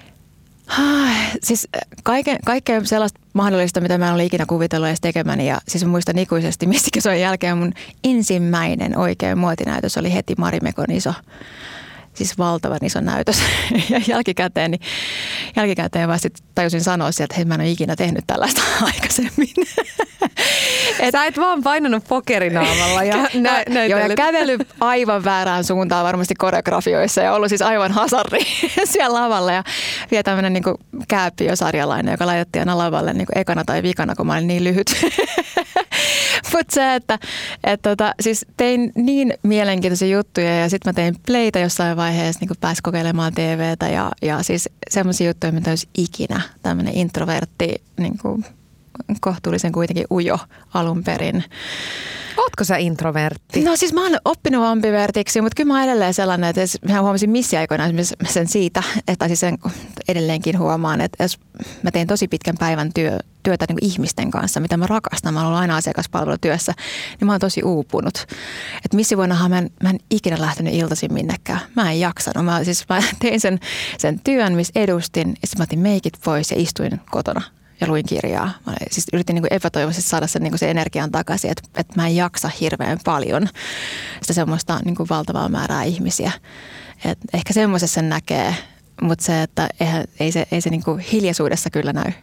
Siis kaiken, kaikkea sellaista mahdollista, mitä mä en ole ikinä kuvitellut edes tekemäni. Ja siis muistan ikuisesti missikisojen jälkeen mun ensimmäinen oikea muotinäytös oli heti Marimekon iso. Siis valtavan iso näytös. Ja jälkikäteen, niin jälkikäteen vaan sit tajusin sanoa sieltä, että hei, mä en ole ikinä tehnyt tällaista aikaisemmin. Et, Sä et vaan painanut pokerinaamalla ja nä- nä- Joo, ja kävely aivan väärään suuntaan varmasti koreografioissa ja ollut siis aivan hasarri siellä lavalla. Ja vielä tämmöinen niin kääpiösarjalainen, joka laitettiin aina lavalle niin ekana tai vikana, kun mä olin niin lyhyt. Mutta se, että et tota, siis tein niin mielenkiintoisia juttuja ja sitten mä tein playtä jossain vaiheessa, niin pääsin kokeilemaan T V:tä ja, ja siis semmoisia juttuja, mitä olisi ikinä tämmöinen introvertti, niin kuin kohtuullisen kuitenkin ujo alun perin. Ootko sä introvertti? No siis mä oon oppinut ambivertiksi, mutta kyllä mä oon edelleen sellainen, että mä huomasin missiaikoina sen siitä, että siis sen edelleenkin huomaan, että jos mä teen tosi pitkän päivän työ, työtä niin kuin ihmisten kanssa, mitä mä rakastan, mä oon ollut aina asiakaspalvelutyössä, niin mä oon tosi uupunut. Että missivuonnahan mä en, mä en ikinä lähtenyt iltaisin minnekään. Mä en jaksanut. Mä, siis mä tein sen, sen työn, missä edustin, ja sitten mä otin meikit pois ja istuin kotona ja luin kirjaa. Mä siis yritin niin kuin epätoivoisesti saada sen, niin kuin sen energian takaisin, että, että mä en jaksa hirveän paljon sitä semmoista niin kuin valtavaa määrää ihmisiä. Et ehkä semmoisessa sen näkee, mutta se, että eihän, ei se, ei se niin kuin hiljaisuudessa kyllä näy.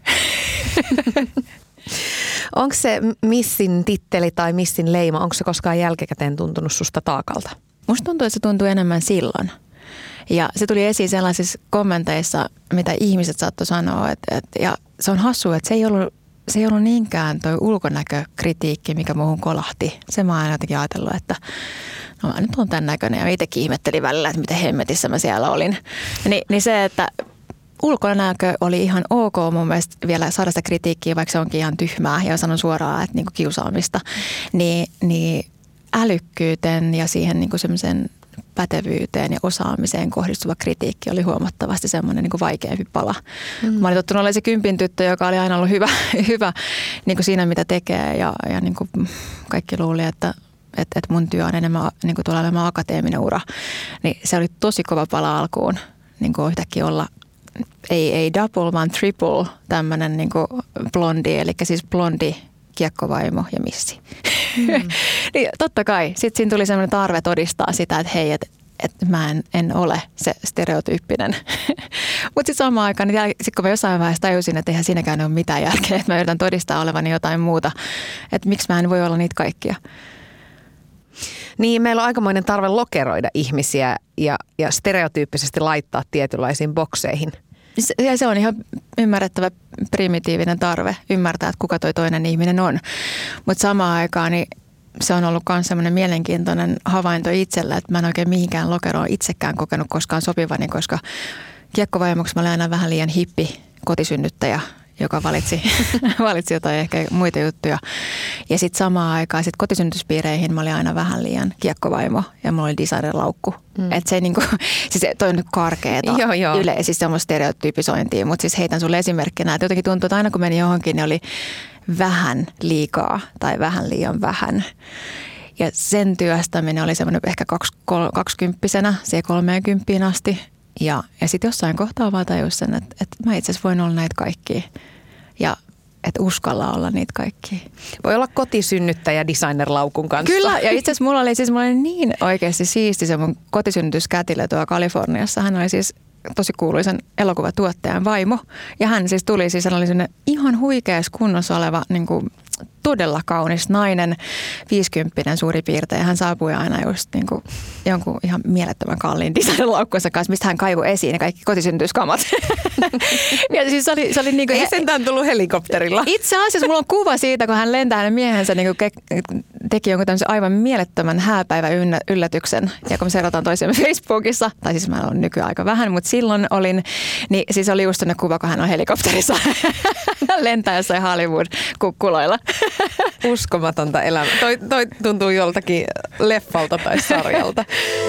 Onko se missin titteli tai missin leima, onko se koskaan jälkikäteen tuntunut susta taakalta? Musta tuntuu, että se tuntuu enemmän silloin. Ja se tuli esiin sellaisissa kommenteissa, mitä ihmiset saattoi sanoa. Et, et, ja se on hassua, että se ei ollut, se ei ollut niinkään toi ulkonäkökritiikki, mikä muuhun kolahti. Se mä oon jotenkin ajatellut, että no mä nyt on tämän näköinen. Ja itsekin ihmettelin välillä, että miten hemmetissä mä siellä olin. Ni, niin se, että ulkonäkö oli ihan ok mun mielestä vielä saada sitä kritiikkiä, vaikka se onkin ihan tyhmää. Ja sanon suoraan, että niinku kiusaamista. Niin, niin älykkyyteen ja siihen niinku semmoisen pätevyyteen ja osaamiseen kohdistuva kritiikki oli huomattavasti semmoinen niin kuin vaikeampi pala. Mm. Mä olin tottunut olemaan se kympin tyttö, joka oli aina ollut hyvä, hyvä niin kuin siinä, mitä tekee. Ja, ja niin kuin kaikki luuli, että, että, että mun työ on enemmän niin kuin tulee olemaan akateeminen ura. Niin se oli tosi kova pala alkuun niin kuin yhtäkkiä olla, ei, ei double, vaan triple tämmöinen niin kuin blondi, eli siis blondi, kiekkovaimo ja missi. Mm. Niin totta kai. Sitten siinä tuli sellainen tarve todistaa sitä, että hei, että et mä en, en ole se stereotyyppinen. Mutta sitten samaan aikaan, niin sit kun mä jossain vaiheessa tajusin, että eihän siinäkään ole mitään järkeä, että mä yritän todistaa olevani jotain muuta. Että miksi mä en voi olla niitä kaikkia. Niin, meillä on aikamoinen tarve lokeroida ihmisiä ja, ja stereotyyppisesti laittaa tietynlaisiin bokseihin. Ja se on ihan ymmärrettävä primitiivinen tarve ymmärtää, että kuka toi toinen ihminen on. Mutta samaan aikaan niin se on ollut myös sellainen mielenkiintoinen havainto itsellä, että mä en oikein mihinkään lokeroon itsekään kokenut koskaan sopivani, koska kiekkovaimoksi mä olin aina vähän liian hippi kotisynnyttäjä. joka valitsi, valitsi jotain ehkä muita juttuja. Ja sitten samaan aikaan sit kotisynnytyspiireihin mä olin aina vähän liian kiekkovaimo ja mulla oli designer-laukku. Mm. Että se niinku, siis toi on nyt karkeeta yleisesti siis semmoista stereotyypisointia, mutta siis heitän sulle esimerkkinä, että jotenkin tuntuu, että aina kun meni johonkin, niin oli vähän liikaa tai vähän liian vähän. Ja sen työstäminen oli semmoinen ehkä kaksikymppisenä, siihen kolmeenkymppiin asti. Ja, ja sitten jossain kohtaa vaan tajus sen, että, että mä itse asiassa voin olla näitä kaikkia. Ja että uskalla olla niitä kaikkia. Voi olla kotisynnyttäjä designer-laukun kanssa. Kyllä, ja itse asiassa mulla oli, siis, mulla oli niin oikeasti siisti se mun kotisynnytyskätilö tuolla Kaliforniassa. Hän oli siis tosi kuuluisen elokuvatuottajan vaimo. Ja hän siis tuli, siis hän oli sellainen ihan huikeassa kunnossa oleva niin kuin todella kaunis nainen, viisikymppinen suurin piirtein. Hän saapui aina just niin kuin jonkun ihan mielettömän kalliin design-laukkunsa kanssa, mistä hän kaivoi esiin ne kaikki kotisynnytyskamat. Ja siis se oli, se oli niin kuin, ei sentään tullut helikopterilla. Itse asiassa mulla on kuva siitä, kun hän lentää hänen miehensä niin kuin teki jonkun tämmöisen aivan mielettömän hääpäivän yllätyksen. Ja kun me seurataan toisiamme Facebookissa, tai siis mä olen nykyään aika vähän, mutta silloin olin, niin siis oli just sellainen kuva, kun hän on helikopterissa lentää jossain Hollywood-kukkuloilla. Uskomatonta elämää. Toi, toi tuntuu joltakin leffalta tai sarjalta.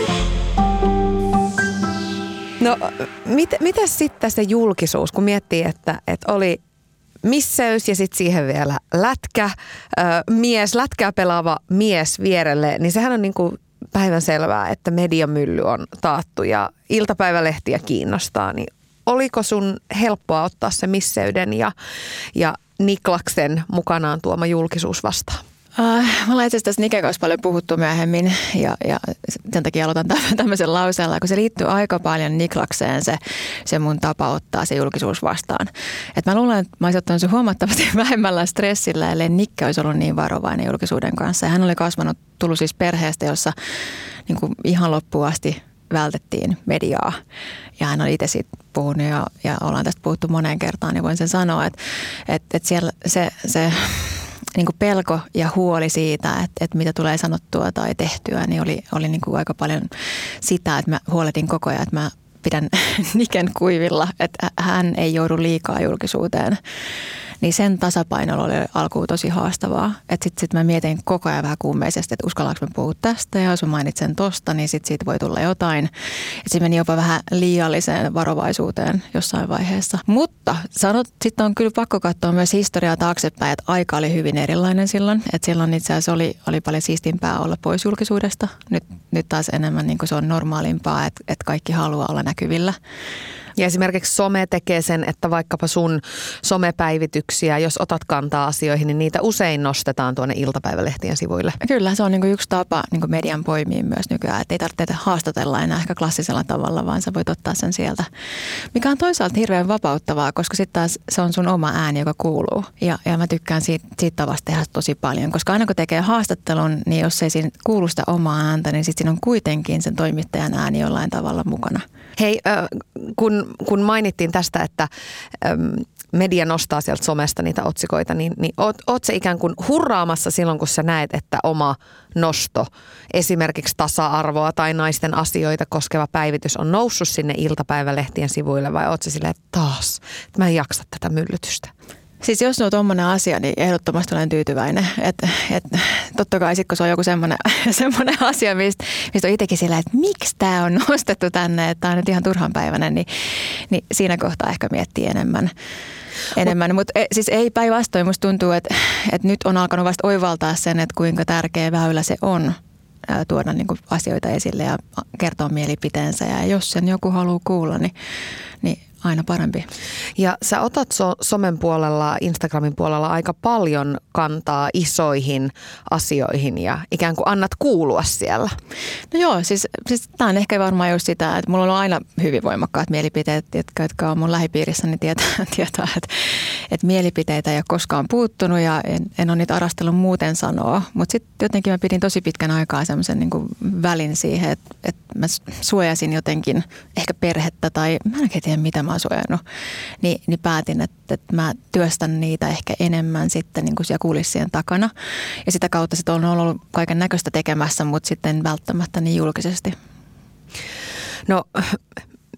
No, mit, mitäs sitten se julkisuus, kun miettii, että, että oli misseys ja sitten siihen vielä lätkä, äh, mies, lätkää pelaava mies vierelle, niin sehän on niin kuin päivänselvää, että mediamylly on taattu ja iltapäivälehtiä kiinnostaa, niin oliko sun helppoa ottaa se misseyden ja, ja Niklaksen mukanaan tuoma julkisuus vastaan? Uh, me ollaan itse asiassa tässä Niken kanssa paljon puhuttu myöhemmin ja, ja sen takia aloitan tämmöisen lauseella, kun se liittyy aika paljon Niklakseen se, se mun tapa ottaa se julkisuus vastaan. Et mä luulen, että mä olisin ottanut se huomattavasti vähemmällä stressillä, ellei Nikke olisi ollut niin varovainen julkisuuden kanssa. Ja hän oli kasvanut, tullut siis perheestä, jossa niin kuin ihan loppuun asti vältettiin mediaa. Ja hän on itse siitä puhunut ja, ja ollaan tästä puhuttu moneen kertaan, niin voin sen sanoa, että, että, että siellä se, se niin kuin pelko ja huoli siitä, että, että mitä tulee sanottua tai tehtyä, niin oli, oli niin kuin aika paljon sitä, että mä huoletin koko ajan, että mä pidän Niken kuivilla, että hän ei joudu liikaa julkisuuteen. Niin sen tasapainolla oli alkuun tosi haastavaa. Että sitten sit mä mietin koko ajan vähän kuumeisesti, että uskallaanko mä puhua tästä ja jos mä mainitsen tosta, niin sitten siitä voi tulla jotain. Että se meni jopa vähän liialliseen varovaisuuteen jossain vaiheessa. Mutta sanot, sitten on kyllä pakko katsoa myös historiaa taaksepäin, että aika oli hyvin erilainen silloin. Että silloin itse asiassa oli, oli paljon siistimpää olla pois julkisuudesta. Nyt, nyt taas enemmän niin kuin se on normaalimpaa, että, että kaikki haluaa olla näkyvillä. Ja esimerkiksi some tekee sen, että vaikkapa sun somepäivityksiä, jos otat kantaa asioihin, niin niitä usein nostetaan tuonne iltapäivälehtien sivuille. Kyllä, se on niin kuin yksi tapa niin kuin median poimia myös nykyään, että ei tarvitse haastatella enää ehkä klassisella tavalla, vaan sä voit ottaa sen sieltä. Mikä on toisaalta hirveän vapauttavaa, koska sitten taas se on sun oma ääni, joka kuuluu. Ja, ja mä tykkään siitä, siitä tavasta tehdä tosi paljon, koska aina kun tekee haastattelun, niin jos ei siinä kuulu sitä omaa ääntä, niin sitten siinä on kuitenkin sen toimittajan ääni jollain tavalla mukana. Hei, äh, kun, kun mainittiin tästä, että ähm, media nostaa sieltä somesta niitä otsikoita, niin, niin oot, oot se ikään kuin hurraamassa silloin, kun sä näet, että oma nosto, esimerkiksi tasa-arvoa tai naisten asioita koskeva päivitys on noussut sinne iltapäivälehtien sivuille, vai oot se silleen, että taas, että mä en jaksa tätä myllytystä? Siis jos on tommoinen asia, niin ehdottomasti olen tyytyväinen. Et, et, totta kai sitten, kun se on joku semmoinen, semmoinen asia, mistä, mistä on itsekin sillä, että miksi tämä on nostettu tänne, että tämä on nyt ihan turhanpäiväinen, niin, niin siinä kohtaa ehkä miettii enemmän. enemmän. Mutta Mut, siis ei päinvastoin, musta tuntuu, että, että nyt on alkanut vasta oivaltaa sen, että kuinka tärkeä väylä se on tuoda niin kuin asioita esille ja kertoa mielipiteensä. Ja jos sen joku haluaa kuulla, niin, niin aina parempi. Ja sä otat so- somen puolella, Instagramin puolella aika paljon kantaa isoihin asioihin ja ikään kuin annat kuulua siellä. No joo, siis, siis tämä on ehkä varmaan just sitä, että mulla on aina hyvin voimakkaat mielipiteet, jotka, jotka on mun lähipiirissäni tietää, tietää että, että mielipiteitä ei ole koskaan puuttunut ja en, en ole niitä arastellut muuten sanoa. Mutta sitten jotenkin mä pidin tosi pitkän aikaa semmoisen niin kuin välin siihen, että, että mä suojasin jotenkin ehkä perhettä tai mä en oikein tiedä mitä mä oon suojannut, niin, niin päätin, että, että mä työstän niitä ehkä enemmän sitten niin kuin siellä kulissien takana. Ja sitä kautta sitten on ollut kaiken näköistä tekemässä, mutta sitten välttämättä niin julkisesti. No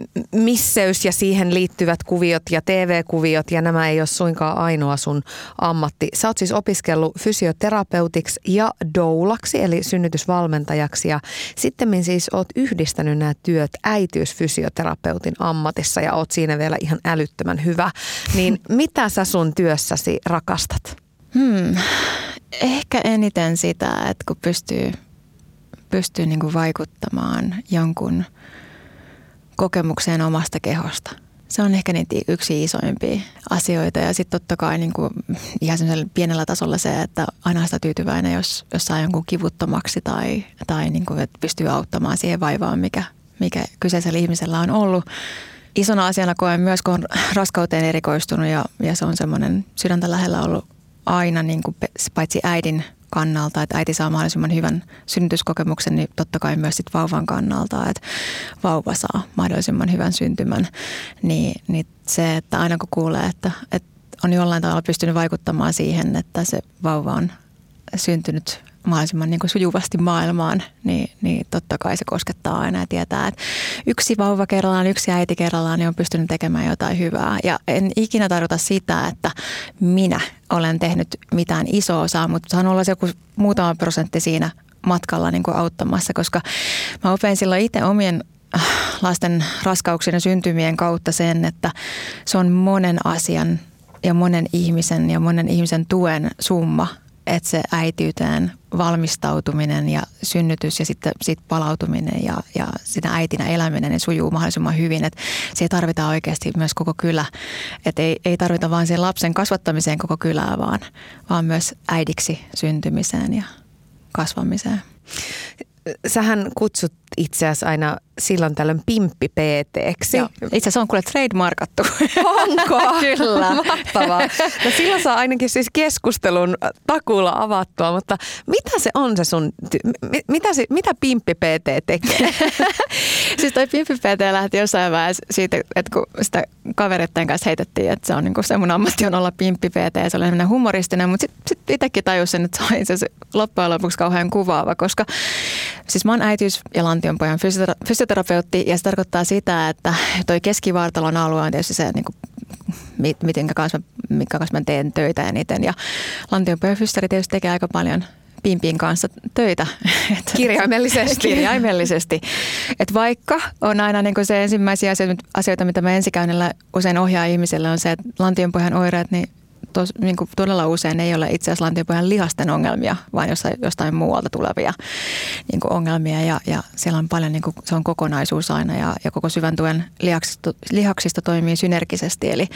misseys ja siihen liittyvät kuviot ja T V-kuviot ja nämä ei ole suinkaan ainoa sun ammatti. Sä oot siis opiskellut fysioterapeutiksi ja doulaksi eli synnytysvalmentajaksi ja sittemmin siis oot yhdistänyt nämä työt äitiysfysioterapeutin ammatissa ja oot siinä vielä ihan älyttömän hyvä. Niin mitä sä sun työssäsi rakastat? Hmm. Ehkä eniten sitä, että kun pystyy, pystyy niin kuin vaikuttamaan jonkun kokemukseen omasta kehosta. Se on ehkä niitä yksi isoimpia asioita ja sitten totta kai niin kuin ihan semmoisella pienellä tasolla se, että aina sitä tyytyväinen, jos, jos saa jonkun kivuttomaksi tai, tai niin kuin, että pystyy auttamaan siihen vaivaan, mikä, mikä kyseisellä ihmisellä on ollut. Isona asiana koen myös, kun on raskauteen erikoistunut ja, ja se on semmoinen sydäntä lähellä ollut aina niin kuin paitsi äidin kannalta, että äiti saa mahdollisimman hyvän synnytyskokemuksen, niin totta kai myös sit vauvan kannalta, että vauva saa mahdollisimman hyvän syntymän. Niin, niin se, että aina kun kuulee, että, että on jollain tavalla pystynyt vaikuttamaan siihen, että se vauva on syntynyt mahdollisimman niin kuin sujuvasti maailmaan, niin, niin totta kai se koskettaa aina ja tietää, että yksi vauva kerrallaan, yksi äiti kerrallaan niin on pystynyt tekemään jotain hyvää. Ja en ikinä tarkoita sitä, että minä olen tehnyt mitään isoa osaa, mutta saan olla se joku muutama prosentti siinä matkalla niin kuin auttamassa, koska mä opin silloin itse omien lasten raskauksien ja syntymien kautta sen, että se on monen asian ja monen ihmisen ja monen ihmisen tuen summa, että se äitiyteen valmistautuminen ja synnytys ja sitten sit palautuminen ja, ja sitä äitinä eläminen niin sujuu mahdollisimman hyvin. Että siihen tarvitaan oikeasti myös koko kylä. Että ei, ei tarvita vain sen lapsen kasvattamiseen koko kylää, vaan, vaan myös äidiksi syntymiseen ja kasvamiseen. Sähän kutsut itse asiassa aina silloin tällöin pimppi-P T:ksi. Itse asiassa on kuule trademarkattu. Onko? Kyllä. Mahtavaa. No silloin saa ainakin siis keskustelun takuulla avattua, mutta mitä se on se sun, ty- mitä, se, mitä pimppi-P T tekee? Siis toi pimppi-P T lähti jossain vaiheessa siitä, että kun sitä kavereiden kanssa heitettiin, että se on niinku se mun ammatti on olla pimppi-P T ja se oli sellainen humoristinen, mutta sitten sit itsekin tajusin, että se on itse asiassa loppujen lopuksi kauhean kuvaava, koska siis mä oon äitiys- ja lantionpojan fysiotera- fysioterapeutti ja se tarkoittaa sitä, että toi keskivartalon alue on tietysti se, niin kuin, mitenkä kanssa, minkä kanssa mä teen töitä eniten. Ja lantionpojan fysioterapeut tietysti tekee aika paljon pimpien kanssa töitä. Kirjaimellisesti. Kirjaimellisesti. Et vaikka on aina niin kuin se ensimmäisiä asioita, mitä mä ensikäynnillä usein ohjaa ihmiselle, on se, että lantionpojan oireet, niin Tos, niin kuin todella usein ei ole itse asiassa lantionpohjan lihasten ongelmia, vaan jostain, jostain muualta tulevia niin kuin ongelmia. Ja, ja siellä on paljon, niin kuin, se on kokonaisuus aina ja, ja koko syvän tuen lihaksista, lihaksista toimii synergisesti. Eli,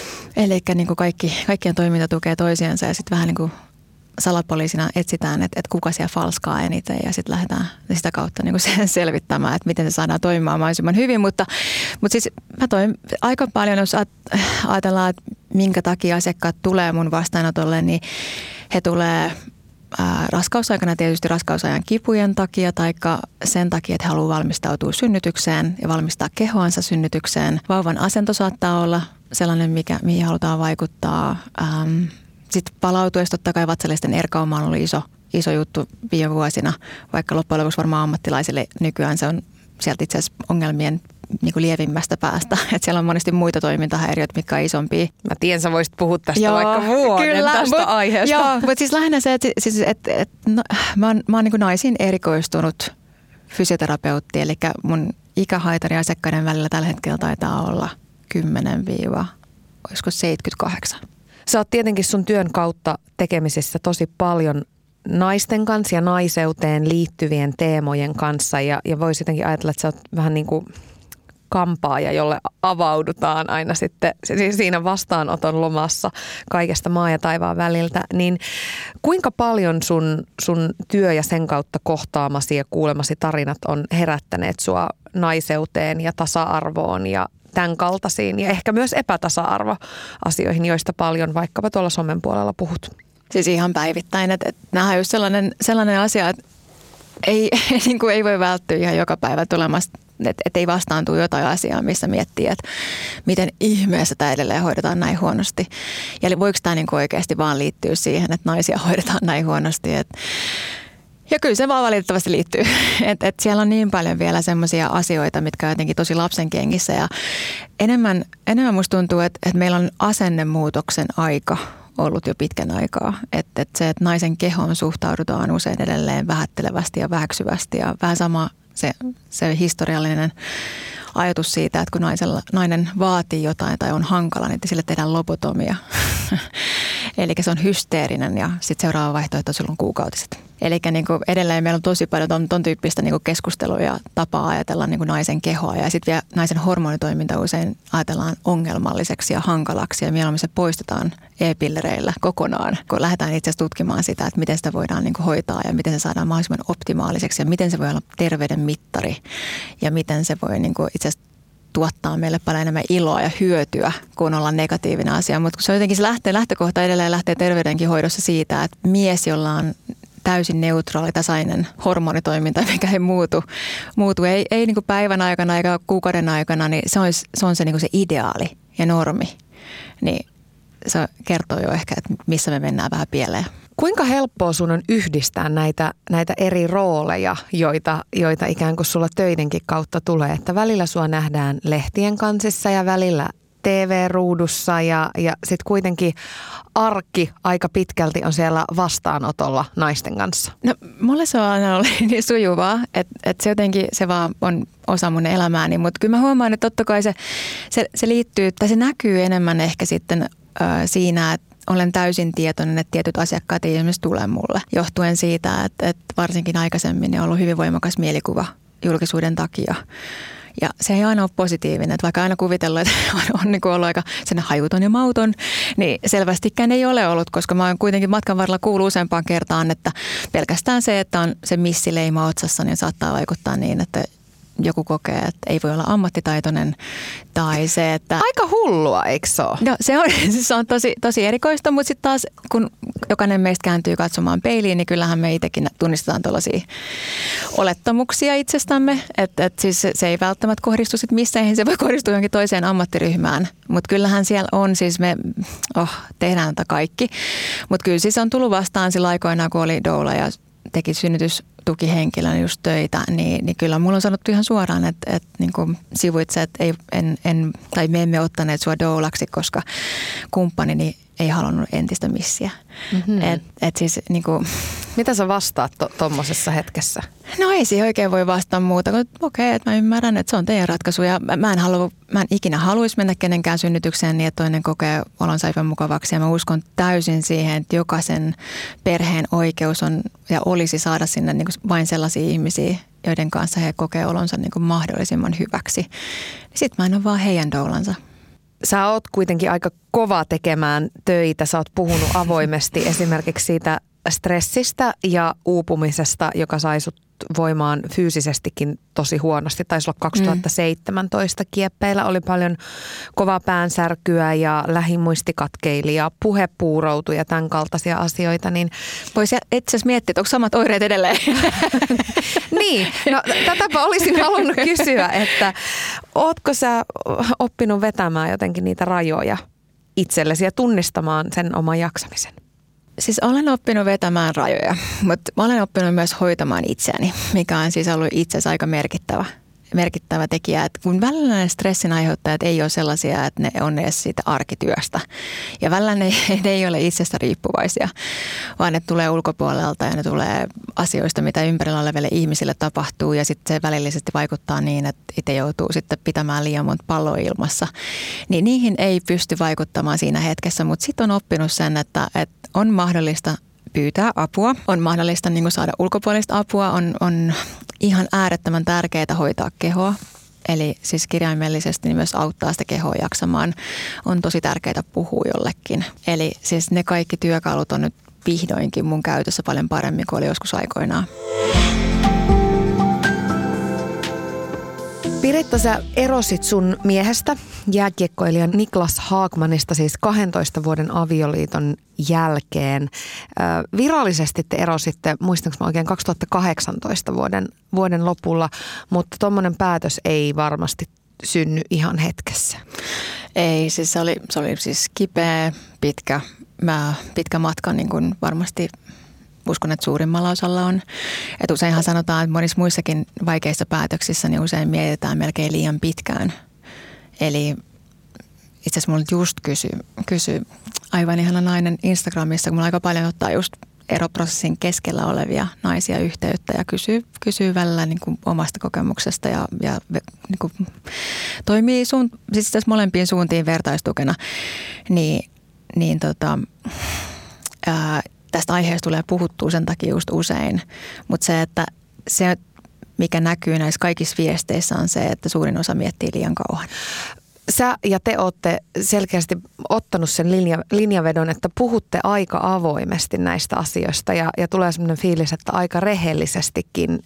eli niin kuin kaikki, kaikkien toiminta tukee toisiansa ja sitten vähän niin kuin salapoliisina etsitään, että, että kuka siellä falskaa eniten ja sitten lähdetään sitä kautta niin kuin sen selvittämään, että miten se saadaan toimimaan mahdollisimman hyvin. Mutta, mutta siis mä toin aika paljon, jos ajatellaan, että minkä takia asiakkaat tulee mun vastaanotolle, niin he tulee ää, raskausaikana tietysti raskausajan kipujen takia tai sen takia, että he haluaa valmistautua synnytykseen ja valmistaa kehoansa synnytykseen. Vauvan asento saattaa olla sellainen, mikä, mihin halutaan vaikuttaa. Ähm, Sitten palautuessa totta kai vatsallisten erkauma on ollut iso, iso juttu viime vuosina, vaikka loppujen lopuksi varmaan ammattilaisille nykyään se on sieltä itse asiassa ongelmien niin kuin lievimmästä päästä. Että siellä on monesti muita toimintahäiriöitä, mitkä on isompia. Mä tiedän, sä voisit puhua tästä joo, vaikka vuoden kyllä, tästä mut, aiheesta. Joo, mutta siis lähinnä se, että siis, et, et, no, mä oon, mä oon niin kuin naisiin erikoistunut fysioterapeutti, eli mun ikähaitari asiakkaiden välillä tällä hetkellä taitaa olla kymmenen olisiko seitsemänkymmentäkahdeksan. Sä oot tietenkin sun työn kautta tekemisissä tosi paljon naisten kanssa ja naiseuteen liittyvien teemojen kanssa ja, ja voisi jotenkin ajatella, että sä oot vähän niin kuin kampaaja, jolle avaudutaan aina sitten siinä vastaanoton lomassa kaikesta maa ja taivaan väliltä. Niin kuinka paljon sun, sun työ ja sen kautta kohtaamasi ja kuulemasi tarinat on herättäneet sua naiseuteen ja tasa-arvoon ja tämän kaltaisiin ja ehkä myös epätasa-arvoasioihin, joista paljon vaikkapa tuolla somen puolella puhut? Siis ihan päivittäin, että, että nämä on just sellainen, sellainen asia, että ei, niin kuin ei voi välttyä ihan joka päivä tulemasta, että, että ei vastaantuu jotain asiaa, missä miettii, että miten ihmeessä tämä edelleen hoidetaan näin huonosti. Ja voiko tämä niin kuin oikeasti vaan liittyä siihen, että naisia hoidetaan näin huonosti, että Ja kyllä se vaan valitettavasti liittyy. Että et siellä on niin paljon vielä semmoisia asioita, mitkä on jotenkin tosi lapsen kengissä. Ja enemmän, enemmän musta tuntuu, että et meillä on asennemuutoksen aika ollut jo pitkän aikaa. Että et se, että naisen kehoon suhtaudutaan usein edelleen vähättelevästi ja väheksyvästi. Ja vähän sama se, se historiallinen ajatus siitä, että kun naisella, nainen vaatii jotain tai on hankala, niin sille tehdään lobotomia. Eli se on hysteerinen ja sitten seuraava vaihtoehto on kuukautiset. Eli niin edelleen meillä on tosi paljon ton, ton tyyppistä niin keskustelua ja tapaa ajatella niin naisen kehoa. Ja sitten vielä naisen hormonitoiminta usein ajatellaan ongelmalliseksi ja hankalaksi. Ja mieluummin se poistetaan e-pillereillä kokonaan, kun lähdetään itse asiassa tutkimaan sitä, että miten sitä voidaan niin hoitaa ja miten se saadaan mahdollisimman optimaaliseksi. Ja miten se voi olla terveyden mittari ja miten se voi niin itse asiassa tuottaa meille paljon enemmän iloa ja hyötyä, kun ollaan negatiivinen asia. Mutta se on jotenkin se lähtee, lähtökohta edelleen lähtee terveydenkin hoidossa siitä, että mies, jolla on täysin neutraali, tasainen hormonitoiminta, mikä ei muutu, muutu ei, ei niin kuin päivän aikana eikä kuukauden aikana, niin se on se, on se, niin kuin se ideaali ja normi. Niin se kertoo jo ehkä, että missä me mennään vähän pieleen. Kuinka helppoa sun on yhdistää näitä, näitä eri rooleja, joita, joita ikään kuin sulla töidenkin kautta tulee? Että välillä sua nähdään lehtien kansissa ja välillä T V-ruudussa ja, ja sitten kuitenkin arkki aika pitkälti on siellä vastaanotolla naisten kanssa. No mulle se on aina ollut niin sujuvaa, että, että se jotenkin se vaan on osa mun elämääni, mutta kyllä mä huomaan, että totta kai se, se, se liittyy, tai se näkyy enemmän ehkä sitten äh, siinä, että olen täysin tietoinen, että tietyt asiakkaat ei esimerkiksi tule mulle, johtuen siitä, että, että varsinkin aikaisemmin on ollut hyvin voimakas mielikuva julkisuuden takia. Ja se ei aina ole positiivinen, että vaikka aina kuvitellut, että on, on niin kuin ollut aika sen hajuton ja mauton, niin selvästikään ei ole ollut, koska mä oon kuitenkin matkan varrella kuullut useampaan kertaan, että pelkästään se, että on se missileima otsassa, niin saattaa vaikuttaa niin, että joku kokee, että ei voi olla ammattitaitoinen tai se, että... Aika hullua, eikö se ole? No se on, se on tosi, tosi erikoista, mutta sitten taas kun jokainen meistä kääntyy katsomaan peiliin, niin kyllähän me itsekin tunnistetaan tuollaisia olettamuksia itsestämme. Että et siis se ei välttämättä kohdistu sitten missään, se voi kohdistua johonkin toiseen ammattiryhmään. Mutta kyllähän siellä on siis me, oh, tehdään tätä kaikki. Mutta kyllä siis on tullut vastaan sillä aikoinaan, kun oli doula ja teki synnytystukihenkilön just töitä, niin, niin kyllä mulla on sanottu ihan suoraan, että, että niin kuin sivuitse, että ei, en, en, tai me emme ottaneet sua doulaksi, koska kumppanini ei halunnut entistä missiä. Mm-hmm. Et, et siis, niin kuin, mitä sä vastaat tuommoisessa to- hetkessä? No ei siihen oikein voi vastata muuta, kun okei, okay, että mä ymmärrän, että se on teidän ratkaisu ja mä en, halua, mä en ikinä haluaisi mennä kenenkään synnytykseen niin, että toinen kokee olonsa epämukavaksi ja mä uskon täysin siihen, että jokaisen perheen oikeus on ja olisi saada sinne niin kuin vain sellaisia ihmisiä, joiden kanssa he kokee olonsa niin kuin mahdollisimman hyväksi. Sitten mä en ole vaan heidän doulansa. Sä oot kuitenkin aika kova tekemään töitä. Sä oot puhunut avoimesti esimerkiksi siitä stressistä ja uupumisesta, joka sai sut voimaan fyysisestikin tosi huonosti. Taisi olla kaksituhattaseitsemäntoista mm. kieppeillä. Oli paljon kovaa päänsärkyä ja lähimuistikatkeili ja puhe puuroutui ja tämän kaltaisia asioita. Niin voisi itse asiassa miettiä, että onko samat oireet edelleen? Niin, no tätäpä olisin halunnut kysyä, että ootko sä oppinut vetämään jotenkin niitä rajoja itsellesi ja tunnistamaan sen oman jaksamisen? Siis olen oppinut vetämään rajoja, mutta mä olen oppinut myös hoitamaan itseäni, mikä on siis ollut itse asiassa aika merkittävä, merkittävä tekijä. Että kun välillä ne stressin aiheuttajat ei ole sellaisia, että ne on edes siitä arkityöstä. Ja välillä ne, ne ei ole itsestä riippuvaisia, vaan ne tulee ulkopuolelta ja ne tulee asioista, mitä ympärillä oleville ihmisille tapahtuu. Ja sitten se välillisesti vaikuttaa niin, että itse joutuu sitten pitämään liian monta palloa ilmassa. Niin niihin ei pysty vaikuttamaan siinä hetkessä, mutta sitten on oppinut sen, että, että on mahdollista pyytää apua, on mahdollista niin kuin saada ulkopuolista apua, on, on ihan äärettömän tärkeää hoitaa kehoa. Eli siis kirjaimellisesti niin myös auttaa sitä kehoa jaksamaan. On tosi tärkeää puhua jollekin. Eli siis ne kaikki työkalut on nyt vihdoinkin mun käytössä paljon paremmin kuin oli joskus aikoinaan. Piritta, sä erosit sun miehestä, jääkiekkoilijan Niklas Haakmanista, siis kahdentoista vuoden avioliiton jälkeen. Virallisesti te erositte, muistanko mä oikein, kaksituhattakahdeksantoista vuoden, vuoden lopulla, mutta tommonen päätös ei varmasti synny ihan hetkessä. Ei, siis se oli, se oli siis kipeä, pitkä, mä, pitkä matka niin kuin varmasti uskon, että suurimmalla osalla on. Että useinhan sanotaan, että monissa muissakin vaikeissa päätöksissä niin usein mietitään melkein liian pitkään. Eli itse asiassa mulla just kysy, kysy aivan ihana nainen Instagramissa, kun mulla aika paljon ottaa just eroprosessin keskellä olevia naisia yhteyttä ja kysyy, kysyy välillä niin kuin omasta kokemuksesta ja, ja niin kuin toimii suun, siis tässä molempiin suuntiin vertaistukena, niin, niin tota, ää, tästä aiheesta tulee puhuttua sen takia just usein, mutta se, että se mikä näkyy näissä kaikissa viesteissä on se, että suurin osa miettii liian kauan. Sä ja te olette selkeästi ottanut sen linja, linjavedon, että puhutte aika avoimesti näistä asioista ja, ja tulee sellainen fiilis, että aika rehellisestikin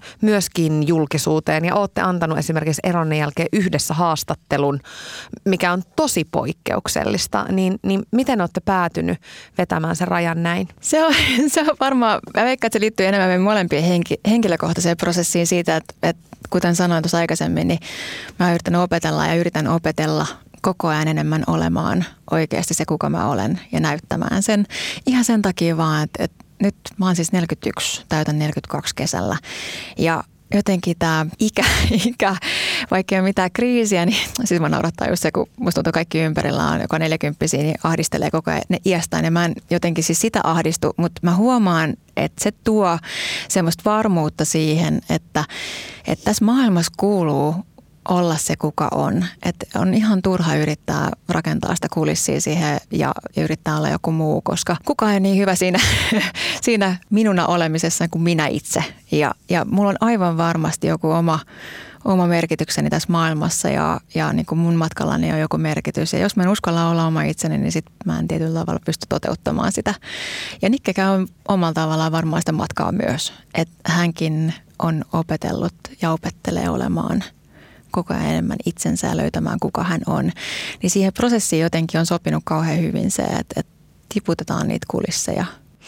myöskin julkisuuteen ja olette antanut esimerkiksi eronne jälkeen yhdessä haastattelun, mikä on tosi poikkeuksellista, niin, niin miten olette päätynyt vetämään sen rajan näin? Se on, se on varmaan, mä veikkaan, että se liittyy enemmän meidän molempien henki, henkilökohtaiseen prosessiin siitä, että, että kuten sanoin tuossa aikaisemmin, niin mä yritän opetella ja yritän opetella koko ajan enemmän olemaan oikeasti se, kuka mä olen ja näyttämään sen. Ihan sen takia vaan, että, että nyt mä oon siis neljäkymmentäyksi, täytän neljäkymmentäkaksi kesällä ja jotenkin tämä ikä, ikä, vaikka ei ole mitään kriisiä, niin siis mä naurattaa just se, kun musta tuntuu kaikki ympärillä on, joka neljäkymppisiä, niin ahdistelee koko ajan ne iästään. Ja mä en jotenkin siis sitä ahdistu, mutta mä huomaan, että se tuo semmoista varmuutta siihen, että, että tässä maailmassa kuuluu olla se, kuka on. Että on ihan turha yrittää rakentaa sitä kulissia siihen ja, ja yrittää olla joku muu, koska kukaan ei niin hyvä siinä, siinä minuna olemisessa kuin minä itse. Ja, ja mulla on aivan varmasti joku oma, oma merkitykseni tässä maailmassa ja, ja niin kuin mun matkallani on joku merkitys. Ja jos mä en uskalla olla oma itseni, niin sit mä en tietyllä tavalla pysty toteuttamaan sitä. Ja Nikke käy omalla tavallaan varmaan sitä matkaa myös. Että hänkin on opetellut ja opettelee olemaan koko ajan enemmän itsensä ja löytämään, kuka hän on. Niin siihen prosessiin jotenkin on sopinut kauhean hyvin se, että, että tiputetaan niitä kulisseja.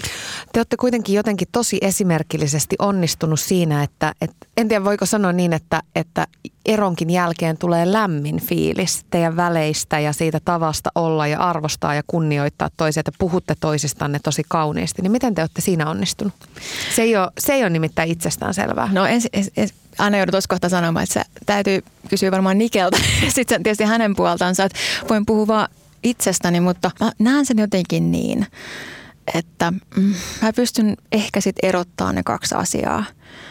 Te olette kuitenkin jotenkin tosi esimerkillisesti onnistunut siinä, että, että en tiedä voiko sanoa niin, että, että eronkin jälkeen tulee lämmin fiilis teidän väleistä ja siitä tavasta olla ja arvostaa ja kunnioittaa toisia, että puhutte toisistanne tosi kauniisti. Niin miten te olette siinä onnistunut? Se ei ole, se ei ole nimittäin itsestään selvää. No ensin... ens, ens. Aina joudut tuossa kohtaa sanomaan, että se täytyy kysyä varmaan Nikeltä. Sitten tietysti hänen puoltansa, että voin puhua vaan itsestäni, mutta mä näen sen jotenkin niin, että mm, mä pystyn ehkä sitten erottamaan ne kaksi asiaa.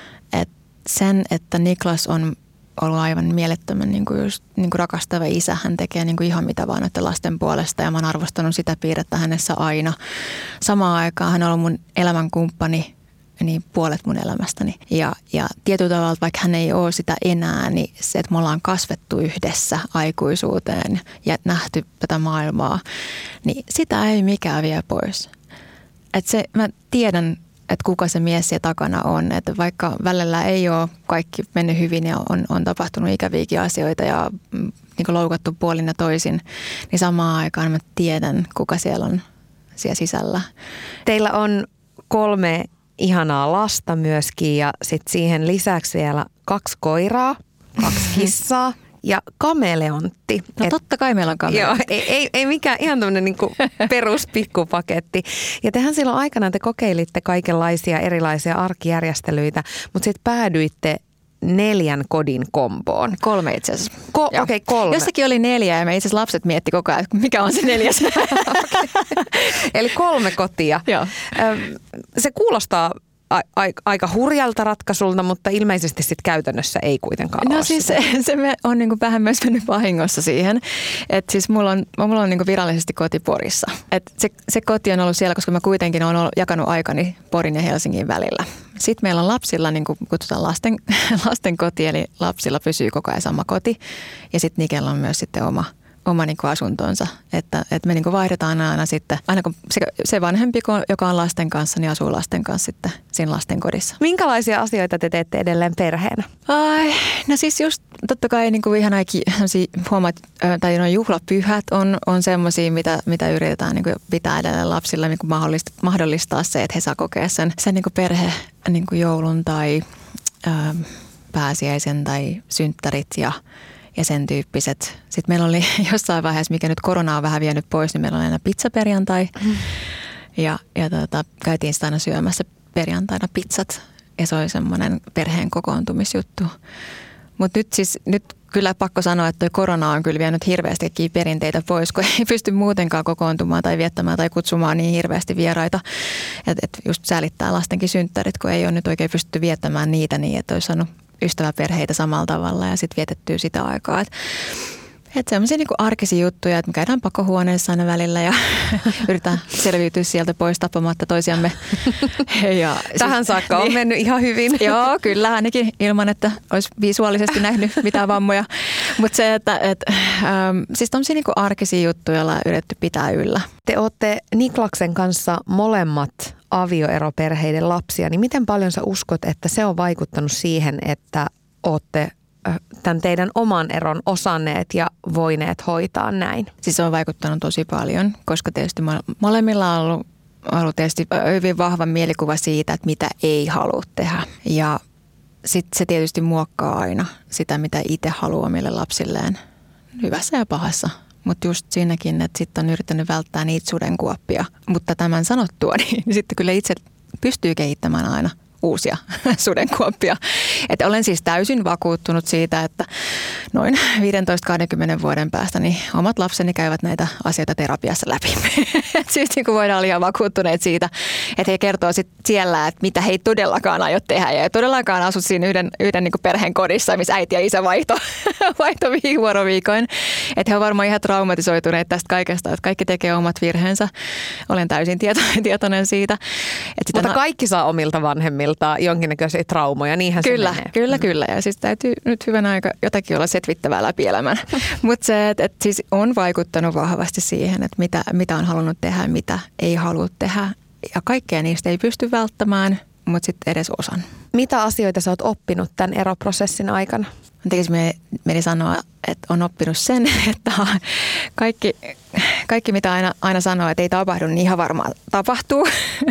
Et sen, että Niklas on ollut aivan mielettömän niin kuin just, niin kuin rakastava isä. Hän tekee niin kuin ihan mitä vaan noiden lasten puolesta ja mä oon arvostanut sitä piirrettä hänessä aina. Samaan aikaan hän on ollut mun elämänkumppani, niin puolet mun elämästäni. Ja, ja tietyllä tavalla, vaikka hän ei ole sitä enää, niin se, että me ollaan kasvettu yhdessä aikuisuuteen ja nähty tätä maailmaa, niin sitä ei mikään vie pois. Että se, mä tiedän, että kuka se mies siellä takana on. Että vaikka välillä ei ole kaikki mennyt hyvin ja on, on tapahtunut ikäviäkin asioita ja niin kuin loukattu puolin ja toisin, niin samaan aikaan mä tiedän, kuka siellä on siellä sisällä. Teillä on kolme ihanaa lasta myöskin ja sitten siihen lisäksi vielä kaksi koiraa, kaksi kissaa ja kameleontti. No Et, totta kai meillä on kameleontti. Joo, ei, ei, ei mikään ihan tämmöinen niinku peruspikkupaketti. Ja tehän silloin aikanaan te kokeilitte kaikenlaisia erilaisia arkijärjestelyitä, mutta sitten päädyitte neljän kodin komboon. Kolme itse asiassa. Ko- Okei, okay, kolme. Jossakin oli neljä ja me itse asiassa lapset mietti koko ajan, mikä on se neljäs. Eli kolme kotia. Joo. Se kuulostaa a- a- aika hurjalta ratkaisulta, mutta ilmeisesti sitten käytännössä ei kuitenkaan no ole siis sitä. se, se on niinku vähän myös mennyt vahingossa siihen. Että siis mulla on, mulla on niinku virallisesti koti Porissa. Et se, se koti on ollut siellä, koska mä kuitenkin olen ollut, jakanut aikani Porin ja Helsingin välillä. Sitten meillä on lapsilla, niin kuin kutsutaan lasten, lasten koti, eli lapsilla pysyy koko ajan sama koti. Ja sitten Nikellä on myös sitten oma, oma niin kuin asuntonsa. Että, että me niin kuin vaihdetaan aina sitten, aina kun se, se vanhempi, joka on lasten kanssa, niin asuu lasten kanssa sitten siinä lasten kodissa. Minkälaisia asioita te teette edelleen perheenä? Ai, no siis just totta kai niin kuin ihan huomaat, tai noin juhlapyhät on, on semmoisia, mitä, mitä yritetään niin kuin pitää edelleen lapsille niin kuin mahdollistaa, mahdollistaa se, että he saa kokea sen, sen niin kuin perhe niin kuin joulun tai ää, pääsiäisen tai synttärit ja ja sen tyyppiset. Sitten meillä oli jossain vaiheessa, mikä nyt korona on vähän vienyt pois, niin meillä oli aina pizzaperjantai. Mm. Ja, ja tota, käytiin sitä aina syömässä perjantaina pizzat ja se oli semmoinen perheen kokoontumisjuttu. Mutta nyt siis, nyt kyllä pakko sanoa, että toi korona on kyllä vienyt hirveästikin perinteitä pois, kun ei pysty muutenkaan kokoontumaan tai viettämään tai kutsumaan niin hirveästi vieraita. Että et just säälittää lastenkin synttärit, kun ei ole nyt oikein pystytty viettämään niitä niin, että olisi saanut ystäväperheitä samalla tavalla ja sitten vietettyä sitä aikaa. Että Että sellaisia niin kuin arkisia juttuja, että me käydään pakohuoneessa aina välillä ja yritetään selviytyä sieltä pois tappamatta toisiamme. Ja Tähän siis, saakka on niin, mennyt ihan hyvin. Joo, kyllä ainakin ilman, että olisi visuaalisesti nähnyt mitään vammoja. Mutta se, että et, ähm, siis tommosia niin kuin arkisia juttuja, joilla on yritetty pitää yllä. Te olette Niklaksen kanssa molemmat avioeroperheiden lapsia, niin miten paljon sä uskot, että se on vaikuttanut siihen, että ootte tämän teidän oman eron osanneet ja voineet hoitaa näin? Siis se on vaikuttanut tosi paljon, koska tietysti molemmilla on ollut, ollut tietysti hyvin vahva mielikuva siitä, että mitä ei halua tehdä. Ja sitten se tietysti muokkaa aina sitä, mitä itse haluaa omille lapsilleen, hyvässä ja pahassa. Mutta just siinäkin, että sitten on yrittänyt välttää niitä sudenkuoppia. Mutta tämän sanottua, niin sitten kyllä itse pystyy kehittämään aina uusia sudenkuoppia. Että olen siis täysin vakuuttunut siitä, että noin viisitoista kaksikymmentä vuoden päästä niin omat lapseni käyvät näitä asioita terapiassa läpi. Siis niin kuin voidaan olla ihan vakuuttuneet siitä, että he kertoo sit siellä, että mitä he ei todellakaan aio tehdä. Ja ei todellakaan asu siinä yhden, yhden niin kuin perheen kodissa, missä äiti ja isä vaihto, vaihto vuoroviikoin. Että he on varmaan ihan traumatisoituneet tästä kaikesta, että kaikki tekee omat virheensä. Olen täysin tietoinen, tietoinen siitä. Että Mutta kaikki saa omilta vanhemmilta jonkinnäköisiä traumoja, niinhän kyllä, se menee. Kyllä, kyllä. Ja siis täytyy nyt hyvän aika jotakin olla setvittävää läpi elämän. Mutta se, että et siis on vaikuttanut vahvasti siihen, että mitä, mitä on halunnut tehdä ja mitä ei halua tehdä. Ja kaikkea niistä ei pysty välttämään, mutta sitten edes osan. Mitä asioita sä oot oppinut tämän eroprosessin aikana? Tekisi mieli sanoa, että on oppinut sen, että kaikki, kaikki mitä aina, aina sanoo, että ei tapahdu, niin ihan varmaan tapahtuu.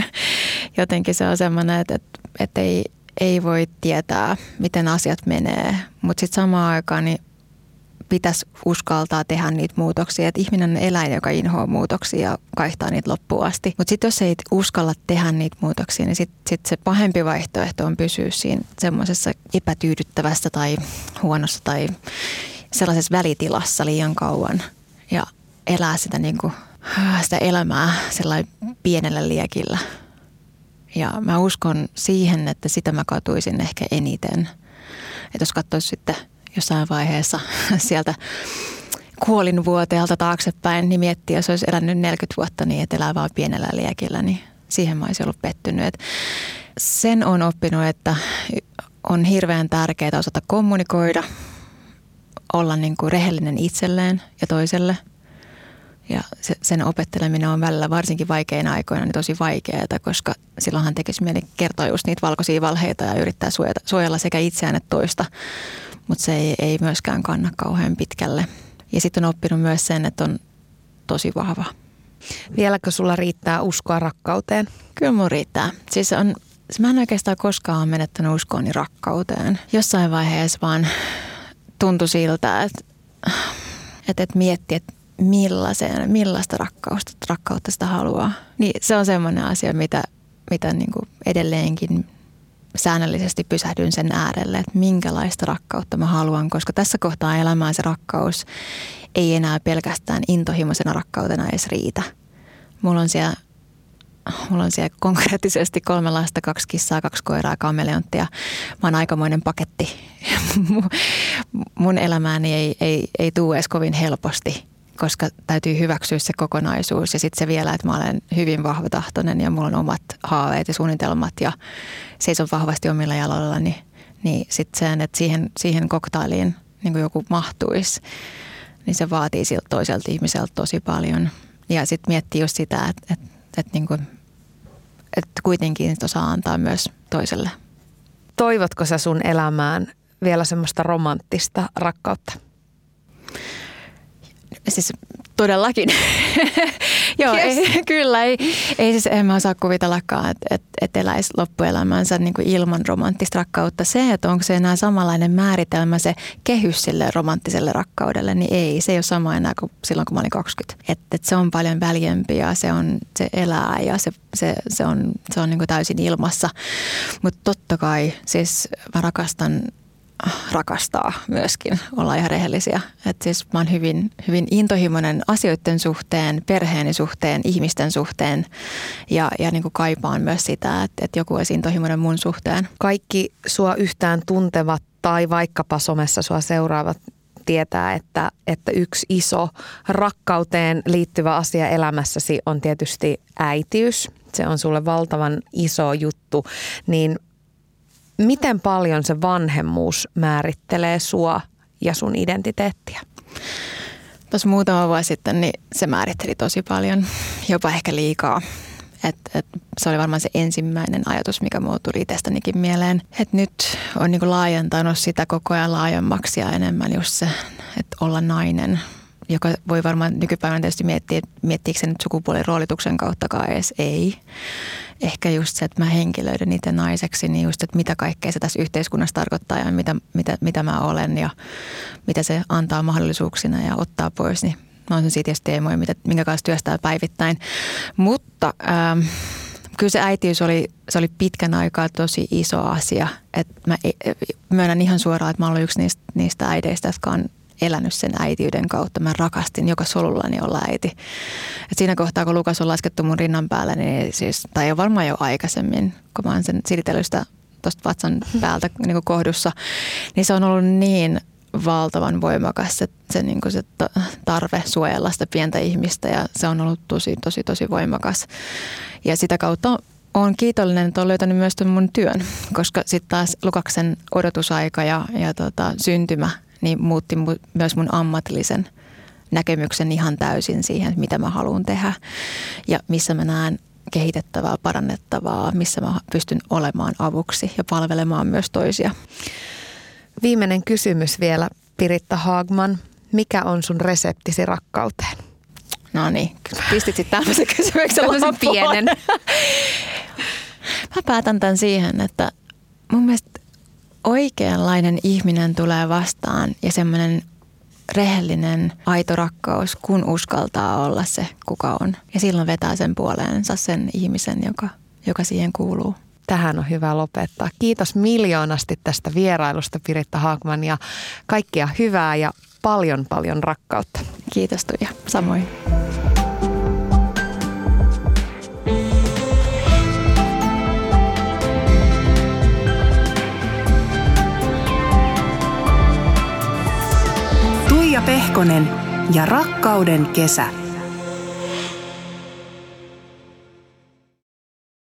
Jotenkin se on semmoinen, että, että ei, ei voi tietää, miten asiat menee, mutta sitten samaan aikaan niin pitäisi uskaltaa tehdä niitä muutoksia. Että ihminen on eläin, joka inhoaa muutoksia ja kaihtaa niitä loppuun asti. Mutta sitten jos ei uskalla tehdä niitä muutoksia, niin sitten sit se pahempi vaihtoehto on pysyä siinä semmoisessa epätyydyttävässä tai huonossa tai sellaisessa välitilassa liian kauan ja elää sitä, niinku, sitä elämää sellainen pienellä liekillä. Ja mä uskon siihen, että sitä mä katuisin ehkä eniten. Että jos katsoisi sitten jossain vaiheessa sieltä kuolinvuoteelta taaksepäin, niin miettii, jos olisi elänyt neljäkymmentä vuotta niin, että elää vaan pienellä liekillä, niin siihen mä olisin ollut pettynyt. Et sen on oppinut, että on hirveän tärkeää osata kommunikoida, olla niin kuin rehellinen itselleen ja toiselle. Ja se, sen opetteleminen on välillä varsinkin vaikeina aikoina niin tosi vaikeaa, koska silloinhan tekisi mieli kertoa just niitä valkoisia valheita ja yrittää suojata, suojella sekä itseään että toista. Mutta se ei, ei myöskään kanna kauhean pitkälle. Ja sitten on oppinut myös sen, että on tosi vahva. Vieläkö sulla riittää uskoa rakkauteen? Kyllä mun riittää. Siis on, mä en oikeastaan koskaan menettänyt uskoani rakkauteen. Jossain vaiheessa vaan tuntui siltä, että, että, että mietti, että millaisen, millaista rakkausta, rakkautta sitä haluaa. Niin se on semmoinen asia, mitä, mitä niin kuin edelleenkin säännöllisesti pysähdyn sen äärelle, että minkälaista rakkautta mä haluan, koska tässä kohtaa elämää se rakkaus ei enää pelkästään intohimoisena rakkautena edes riitä. Mulla on siellä, mulla on siellä konkreettisesti kolme lasta, kaksi kissaa, kaksi koiraa, kameleonttia. Mä oon aikamoinen paketti. Mun elämääni ei, ei, ei tule edes kovin helposti, koska täytyy hyväksyä se kokonaisuus ja sitten se vielä, että mä olen hyvin vahvatahtoinen ja mulla on omat haaveet ja suunnitelmat ja seison vahvasti omilla jaloillani, niin, niin sitten se, että siihen, siihen koktailiin niin kuin joku mahtuisi, niin se vaatii siltä toiselta ihmiseltä tosi paljon. Ja sitten miettii just sitä, että, että, että, niin kuin, että kuitenkin osaa antaa myös toiselle. Toivotko sä sun elämään vielä semmoista romanttista rakkautta? Siis Todellakin. Joo, yes. ei, kyllä. Ei, ei siis, en mä osaa kuvitellakaan, että et, et eläisi loppuelämänsä niin kuin ilman romanttista rakkautta. Se, että onko se enää samanlainen määritelmä, se kehys sille romanttiselle rakkaudelle, niin ei. Se ei ole sama enää kuin silloin, kun mä olin kaksikymmentä. Että et se on paljon väljempi ja se, on, se elää ja se, se, se on, se on niin kuin täysin ilmassa. Mutta totta kai, siis mä rakastan rakastaa myöskin, olla ihan rehellisiä. Että siis mä oon hyvin, hyvin intohimoinen asioiden suhteen, perheeni suhteen, ihmisten suhteen ja, ja niin kuin kaipaan myös sitä, että, että joku olisi intohimoinen mun suhteen. Kaikki sua yhtään tuntevat tai vaikkapa somessa sua seuraavat tietää, että, että yksi iso rakkauteen liittyvä asia elämässäsi on tietysti äitiys. Se on sulle valtavan iso juttu, niin miten paljon se vanhemmuus määrittelee sua ja sun identiteettiä? Tuossa muutama vuosi sitten niin se määritteli tosi paljon, jopa ehkä liikaa. Et, et se oli varmaan se ensimmäinen ajatus, mikä mulle tuli itsestänikin mieleen. Et nyt on niinku laajentanut sitä koko ajan laajemmaksi ja enemmän just se, että olla nainen, joka voi varmaan nykypäivänä tietysti miettiä, miettiikö se nyt sukupuoliroolituksen kauttakaan edes ei. Ehkä just se, että mä henkilöiden itse naiseksi, niin just, että mitä kaikkea se tässä yhteiskunnassa tarkoittaa ja mitä, mitä, mitä mä olen ja mitä se antaa mahdollisuuksina ja ottaa pois, niin mä oon siitä tietysti teemoja, minkä kanssa työstää päivittäin. Mutta ähm, kyllä se äitiys oli, se oli pitkän aikaa tosi iso asia. Että mä myönnän ihan suoraan, että mä olen yksi niistä, niistä äideistä, jotka on elänyt sen äitiyden kautta. Mä rakastin joka solullani olla äiti. Et siinä kohtaa, kun Lukas on laskettu mun rinnan päälle, niin siis, tai jo varmaan jo aikaisemmin, kun mä oon sen silitellyt sitä tuosta vatsan päältä niin kuin kohdussa, niin se on ollut niin valtavan voimakas se, se, niin kuin se tarve suojella sitä pientä ihmistä ja se on ollut tosi, tosi, tosi voimakas. Ja sitä kautta olen kiitollinen, että olen löytänyt myös ton mun työn, koska sitten taas Lukaksen odotusaika ja, ja tota, syntymä niin muutti mu- myös mun ammatillisen näkemyksen ihan täysin siihen, mitä mä haluan tehdä ja missä mä näen kehitettävää, parannettavaa, missä mä pystyn olemaan avuksi ja palvelemaan myös toisia. Viimeinen kysymys vielä, Piritta Haagman. Mikä on sun reseptisi rakkauteen? No niin, pistit sitten tämmöisen kysymyksen loppuun. Pienen. Mä päätän tämän siihen, että mun mielestä oikeanlainen ihminen tulee vastaan ja semmoinen rehellinen, aito rakkaus, kun uskaltaa olla se, kuka on. Ja silloin vetää sen puoleensa sen ihmisen, joka, joka siihen kuuluu. Tähän on hyvä lopettaa. Kiitos miljoonasti tästä vierailusta, Piritta Haagman, ja kaikkea hyvää ja paljon paljon rakkautta. Kiitos Tuija, samoin. Tuija Pehkonen ja Rakkauden kesä.